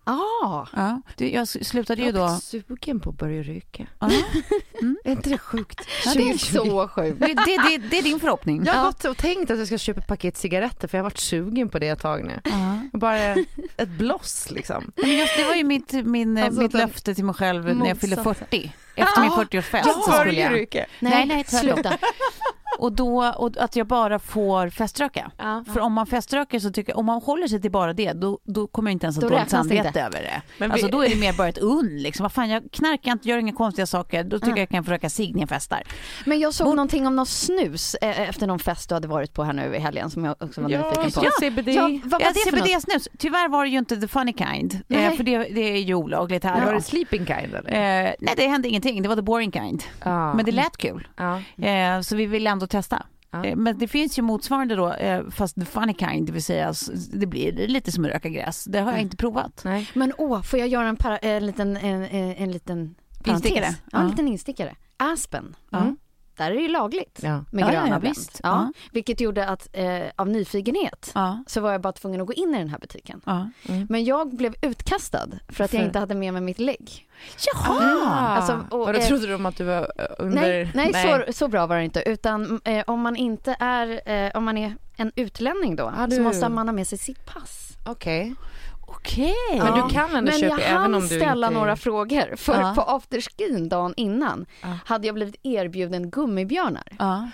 Ah. Ja, det, jag slutade ju jag då... är sugen på att börja ryka. Ja. Mm. Är inte det sjukt? Ja, det är så sjukt. Det, det, det, det är din förhoppning. Jag har Ja. gått och tänkt att jag ska köpa ett paket cigaretter för jag har varit sugen på det ett tag nu. Ja. Bara ett bloss liksom. Men just, det var ju mitt, min, Alltså mitt den- löfte till mig själv när jag fyllde motsats. fyrtio. Efter min Ah, fyrtioårsfest Jag så skulle börjar jag... ryka. Nej, nej, sluta. Och då och att jag bara får feströka. Ja. För om man feströker så tycker jag, om man håller sig till bara det, då, då kommer jag inte ens att Då dåligt räknas det samvete inte. över det. Men vi- Alltså då är det mer bara ett unn liksom. Vad fan, jag knarkar inte, gör inga konstiga saker. Då tycker Mm. jag jag kan försöka sig när jag festar. Men jag såg Vår- någonting om något snus eh, efter någon fest du hade varit på här nu i helgen som jag också var nyfiken på. Ja, C B D. Ja, vad var Ja, det för något? C B D-snus. Tyvärr var det ju inte the funny kind. Nej. Eh, för det, det är ju olagligt här. Var då. det sleeping kind eller? Eh, nej, det hände ingenting. Det var the boring kind. Ja. Men det lät kul. Ja. Eh, så vi ville ändå testa. Ja. Eh, men det finns ju motsvarande då, eh, fast the funny kind, det vill säga s- det blir lite som att röka gräs. Det har jag Mm. inte provat. Nej. Men åh, får jag göra en, para, en liten, en, en, en liten parentes? Instickare? Ja, en Ja. liten instickare. Aspen. Ja. Där är det ju lagligt Ja. med Ja, gröna ja, Blend. visst. Ja. Ja. Vilket gjorde att eh, av nyfikenhet Ja. så var jag bara tvungen att gå in i den här butiken. Ja. Men jag blev utkastad för att jag För? inte hade med mig mitt lägg. Jaha! Ah. Alltså, och, och då eh, trodde du om att du var eh, under... Nej, nej, Så, så bra var det inte. Utan eh, om man inte är, eh, om man är en utlänning då, Ah, du- så måste man ha med sig sitt pass. Okej. Okej. Men Ja. du kan ändå Men köpa jag även hann om du ställa inte... några frågor. För Ja. på afterskin dagen innan Ja. hade jag blivit erbjuden gummibjörnar. Ja.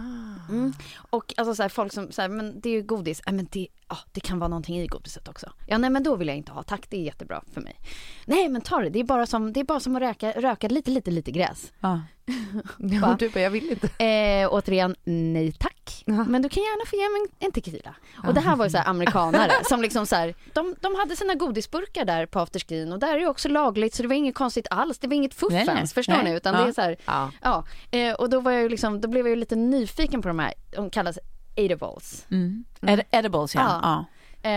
Mm. Och alltså så här, folk som säger men det är ju godis. Ja, men det, ja, det kan vara någonting i godiset också. Ja, nej men då vill jag inte ha. Tack, det är jättebra för mig. Nej, men ta det. Det är bara som, det är bara som att röka, röka lite, lite, lite gräs. Ja. Ja, och du bara, jag vill inte. Eh, återigen, nej tack. Ja. Men du kan gärna få ge mig en tequila. Och det här var ju så här amerikanare som liksom så här, de, de hade sina godisburkar där på afterskin och där är det också lagligt så det var inget konstigt alls. Det var inget fuffens, Nej, nej. förstår Nej. ni? Utan Ja. det är så här, Ja. ja. Eh, och då var jag ju liksom, då blev jag ju lite nyfiken på de här, de kallas edibles. Mm. Ed- edibles, ja. Ja. Ja.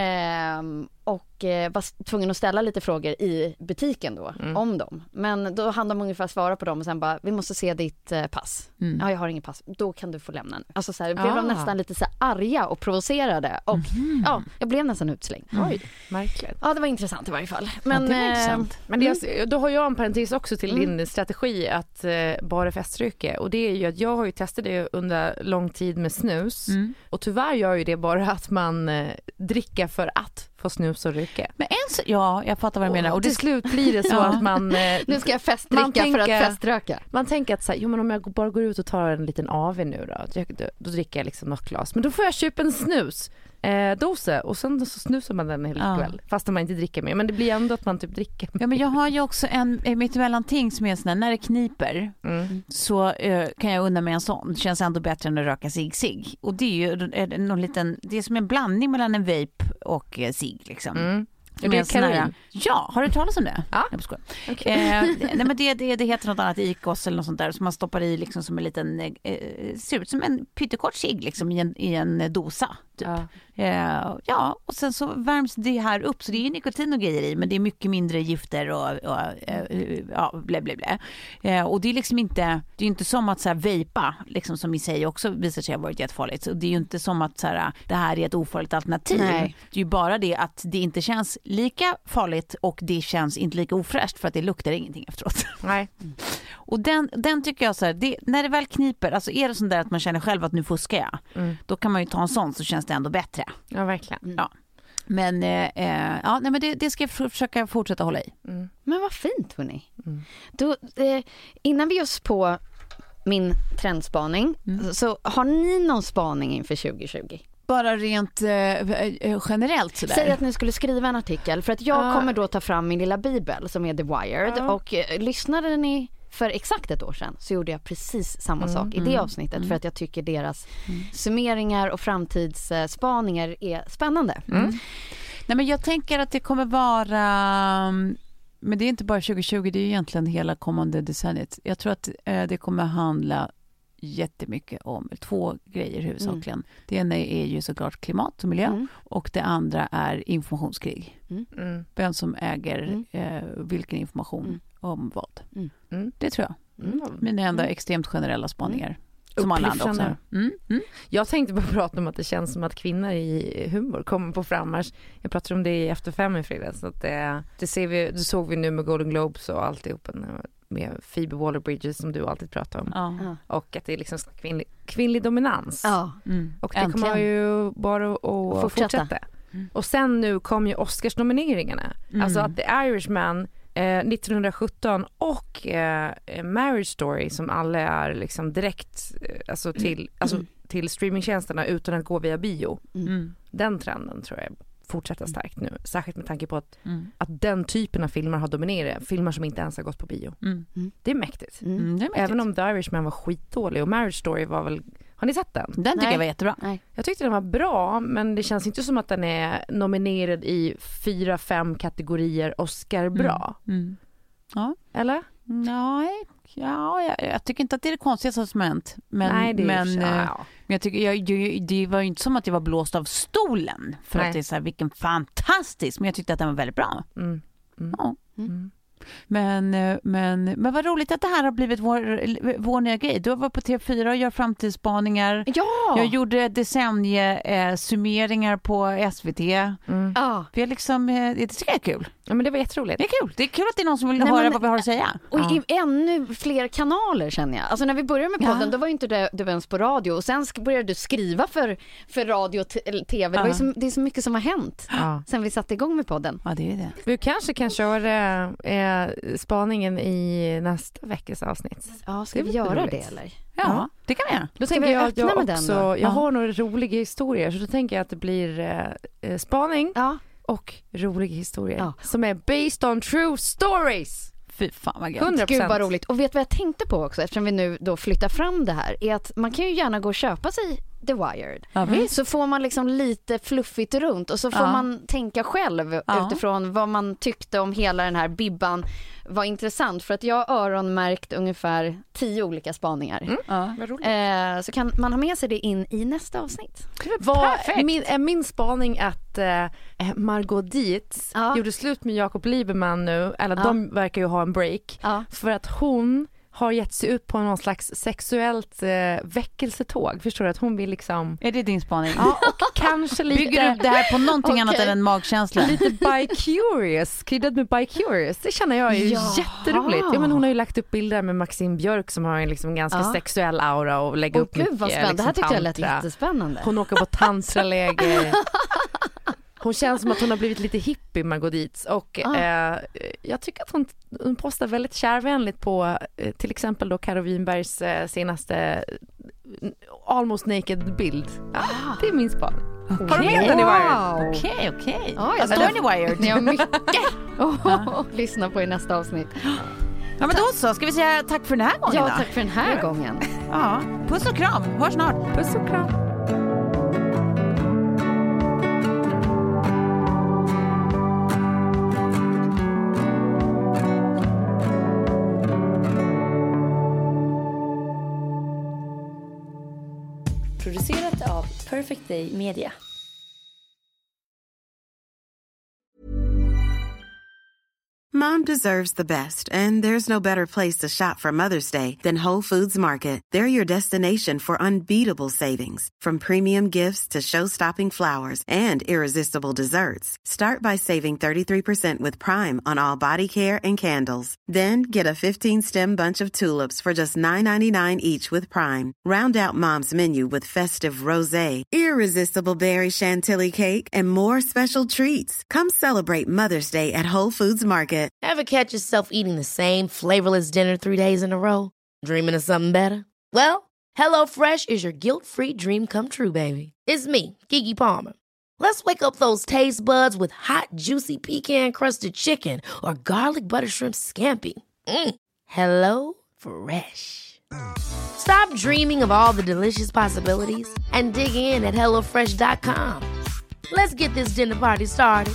Ehm, och eh, var tvungen att ställa lite frågor i butiken då Mm. om dem. Men då hann de ungefär svara på dem och sen bara, vi måste se ditt eh, pass. Mm. Ja, jag har inget pass. Då kan du få lämna nu. Alltså så här, blev Ah. de nästan lite så här arga och provocerade och ja, jag blev nästan utslängd. Oj, märkligt. Ja, det var intressant i varje fall. Men, Ja, det var eh, intressant. Men det, är- då har jag en parentes också till Mm. din strategi att eh, bara feströka. Och det är ju att jag har ju testat det under lång tid med snus. Mm. Och tyvärr gör ju det bara att man eh, dricker för att få snus och ryka. Men en så, ja, jag fattar vad du menar. Och Och till det, slut blir det så Ja. att man... Eh, nu ska jag Man festdricka för att tänker- feströka. Man tänker att så här, jo, men om jag bara går ut och tar en liten A V nu då, då, då dricker jag liksom något glas. Men då får jag köpa en snus. Eh, dose och sen så snusar man den hela Ja. kväll fast man inte dricker mer. Men det blir ändå att man typ dricker. ja, men jag har ju också en eh, mittemellanting som är sån här, när det kniper Mm. så eh, kan jag unna mig en sån. Det känns ändå bättre än att röka cigg-cigg. Och det är ju eh, någon liten, det är som en blandning mellan en vape och eh, cigg liksom. Mm. Som Det är en sån här- Karin. Ja, har du talat om det? Ja. Jag skojar. Eh, nej, men det, det, det heter något annat, Ikos eller något sånt där som man stoppar i liksom som en liten, eh, ser ut som en pyttekort cigg liksom i en, i en dosa. Typ. Ja. Eh, ja, och sen så värms det här upp så det är nikotin och grejer i men det är mycket mindre gifter och, och eh, ja, blä, blä, blä. Eh, och det är liksom inte, det är inte som att så här vejpa liksom som i sig också visar sig ha varit jättefarligt. Så det är ju inte som att så här, det här är ett ofarligt alternativ. Nej. Det är ju bara det att det inte känns lika farligt och det känns inte lika ofräscht för att det luktar ingenting efteråt. Nej. Och den, den tycker jag så här, det, när det väl kniper, alltså är det sånt där att man känner själv att nu fuskar jag, Mm. då kan man ju ta en sån så känns det ändå bättre. Ja, verkligen. Ja. Men, eh, eh, ja, nej, men det, det ska jag för, försöka fortsätta hålla i. Mm. Men vad fint hörni. Mm. Då, eh, innan vi ger oss på min trendspaning Mm. så har ni någon spaning inför tjugo tjugo? Bara rent eh, generellt sådär. Säg att ni skulle skriva en artikel för att jag Ja. kommer då ta fram min lilla bibel som är The Wired Ja. och eh, lyssnade ni för exakt ett år sedan så gjorde jag precis samma Mm, sak i det avsnittet för att jag tycker deras summeringar och framtidsspaningar är spännande. Mm. Nej, men jag tänker att det kommer vara, men det är inte bara tjugo tjugo, det är egentligen hela kommande decenniet. Jag tror att eh, det kommer handla jättemycket om två grejer huvudsakligen. Det ena är ju såklart klimat och miljö Mm. och det andra är informationskrig. Mm. Vem som äger Mm. eh, vilken information Mm. om vad. Mm. Mm. Det tror jag. Mm. Mina enda Mm. extremt generella spaningar. som alla andra också. Mm. Mm. Jag tänkte bara prata om att det känns som att kvinnor i humor kommer på frammarsch. Jag pratade om det i Efter fem i fredags. Så att det, det, ser vi, det såg vi nu med Golden Globes och alltihop med Phoebe Waller-Bridges som du alltid pratar om. Ja. Och att det är liksom kvinnlig, kvinnlig dominans. Ja. Mm. Och det Äntligen. kommer ju bara att fortsätta. fortsätta. Mm. Och sen nu kom ju Oscars-nomineringarna. Mm. Alltså att The Irishman eh, nittonhundrasjutton och eh, Marriage Story som alla är liksom direkt eh, alltså till, mm. alltså till streamingtjänsterna utan att gå via bio. Mm. Den trenden tror jag fortsätter starkt nu. Särskilt med tanke på att, mm. att den typen av filmer har dominerat. Filmer som inte ens har gått på bio. Mm. Mm. Det är mäktigt. Mm. Det är mäktigt. Även om The Irishman var skitdålig och Marriage Story var väl... Har ni sett den? Den tycker Nej. jag var jättebra. Nej. Jag tyckte den var bra, men det känns inte som att den är nominerad i fyra, fem kategorier Oscar bra. Mm. Mm. Ja. Eller? Nej, ja, jag, jag tycker inte att det är det konstigaste som hänt. Men, Nej, det är men, så, ja. men jag tycker, jag, det var ju inte som att jag var blåst av stolen. För Nej. att det är så här, vilken fantastisk. Men jag tyckte att den var väldigt bra. Mm. Mm. Ja. Mm. Men, men, men vad roligt att det här har blivit vår, vår nya grej. Du var på T V fyra och gör framtidsspaningar. Ja! Jag gjorde decenniesummeringar eh, på S V T. Mm. Ja. Vi är liksom, eh, det tycker jag är kul. Ja, men det var jätteroligt. Det är kul. Det är kul att det är någon som vill Nej, höra men, vad vi har att säga. Och ja. i ännu fler kanaler känner jag. Alltså när vi började med podden, ja. då var ju inte det, du ens på radio. Och sen började du skriva för, för radio och tv. Ja. Det, var ju så, det är så mycket som har hänt ja. sen vi satte igång med podden. Ja, det är det. Vi kanske kan köra eh, spaningen i nästa veckas avsnitt. Ja, ska vi göra roligt. det eller? Ja, ja, det kan vi göra. Då tänker jag att jag också, jag ja. har några roliga historier. Så då tänker jag att det blir eh, spaning. Ja. Och roliga historier ja. som är based on true stories. Fy fan vad gött. hundra procent. Gud vad roligt. Och vet vad jag tänkte på också, eftersom vi nu då flyttar fram det här, är att man kan ju gärna gå och köpa sig The Wired. Ja, mm. Så får man liksom lite fluffigt runt och så får ja. man tänka själv ja. utifrån vad man tyckte om hela den här bibban var intressant. För att jag har öronmärkt ungefär tio olika spaningar. Mm. Ja. Eh, så kan man ha med sig det in i nästa avsnitt. Var, min, är min spaning att eh, Margot Dietz ja. gjorde slut med Jakob Lieberman nu. Eller ja. de verkar ju ha en break. Ja. För att hon har gett sig ut på någon slags sexuellt eh, väckelsetåg. Förstår du att hon vill liksom... Är det din spaning? Ja, och kanske lite... Bygger du det här på någonting okay. annat än en magkänsla? Lite bi-curious. Kryddad med bi-curious. Det känner jag är ju jätteroligt. Ja, men hon har ju lagt upp bilder med Maxine Björk som har en liksom ganska ja. sexuell aura och lägger oh, upp mycket. Vad spännande. Liksom, det här tyckte jag lät jättespännande. Hon åker på tantraläger. Hon känns som att hon har blivit lite hippie, Margot Dietz. Och ah. eh, jag tycker att hon, hon postar väldigt kärvänligt på eh, till exempel då Karo Winbergs eh, senaste eh, almost naked bild. Ja, det är min spaning. Okay. Har du med den i Wired? Okej, okej. Jag står den i Wired. Ni har mycket att lyssna på i nästa avsnitt. Ja, men då så. Ska vi säga tack för den här gången? Ja, tack för den här ja. gången. Ja. Puss och kram. Hörs snart. Puss och kram. Producerat av Perfect Day Media. Mom deserves the best, and there's no better place to shop for Mother's Day than Whole Foods Market. They're your destination for unbeatable savings, from premium gifts to show-stopping flowers and irresistible desserts. Start by saving thirty-three percent with Prime on all body care and candles. Then get a fifteen-stem bunch of tulips for just nine ninety-nine each with Prime. Round out Mom's menu with festive rosé, irresistible berry chantilly cake, and more special treats. Come celebrate Mother's Day at Whole Foods Market. Ever catch yourself eating the same flavorless dinner three days in a row? Dreaming of something better? Well, HelloFresh is your guilt-free dream come true, baby. It's me, Keke Palmer. Let's wake up those taste buds with hot, juicy pecan-crusted chicken or garlic butter shrimp scampi. Mm. Hello Fresh. Stop dreaming of all the delicious possibilities and dig in at hello fresh dot com. Let's get this dinner party started.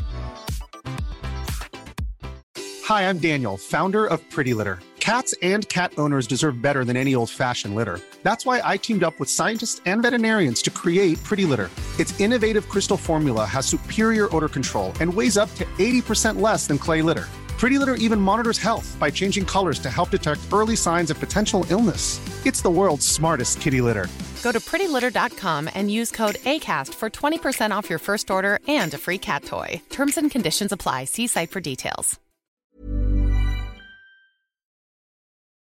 Hi, I'm Daniel, founder of Pretty Litter. Cats and cat owners deserve better than any old-fashioned litter. That's why I teamed up with scientists and veterinarians to create Pretty Litter. Its innovative crystal formula has superior odor control and weighs up to eighty percent less than clay litter. Pretty Litter even monitors health by changing colors to help detect early signs of potential illness. It's the world's smartest kitty litter. Go to pretty litter dot com and use code ACAST for twenty percent off your first order and a free cat toy. Terms and conditions apply. See site for details.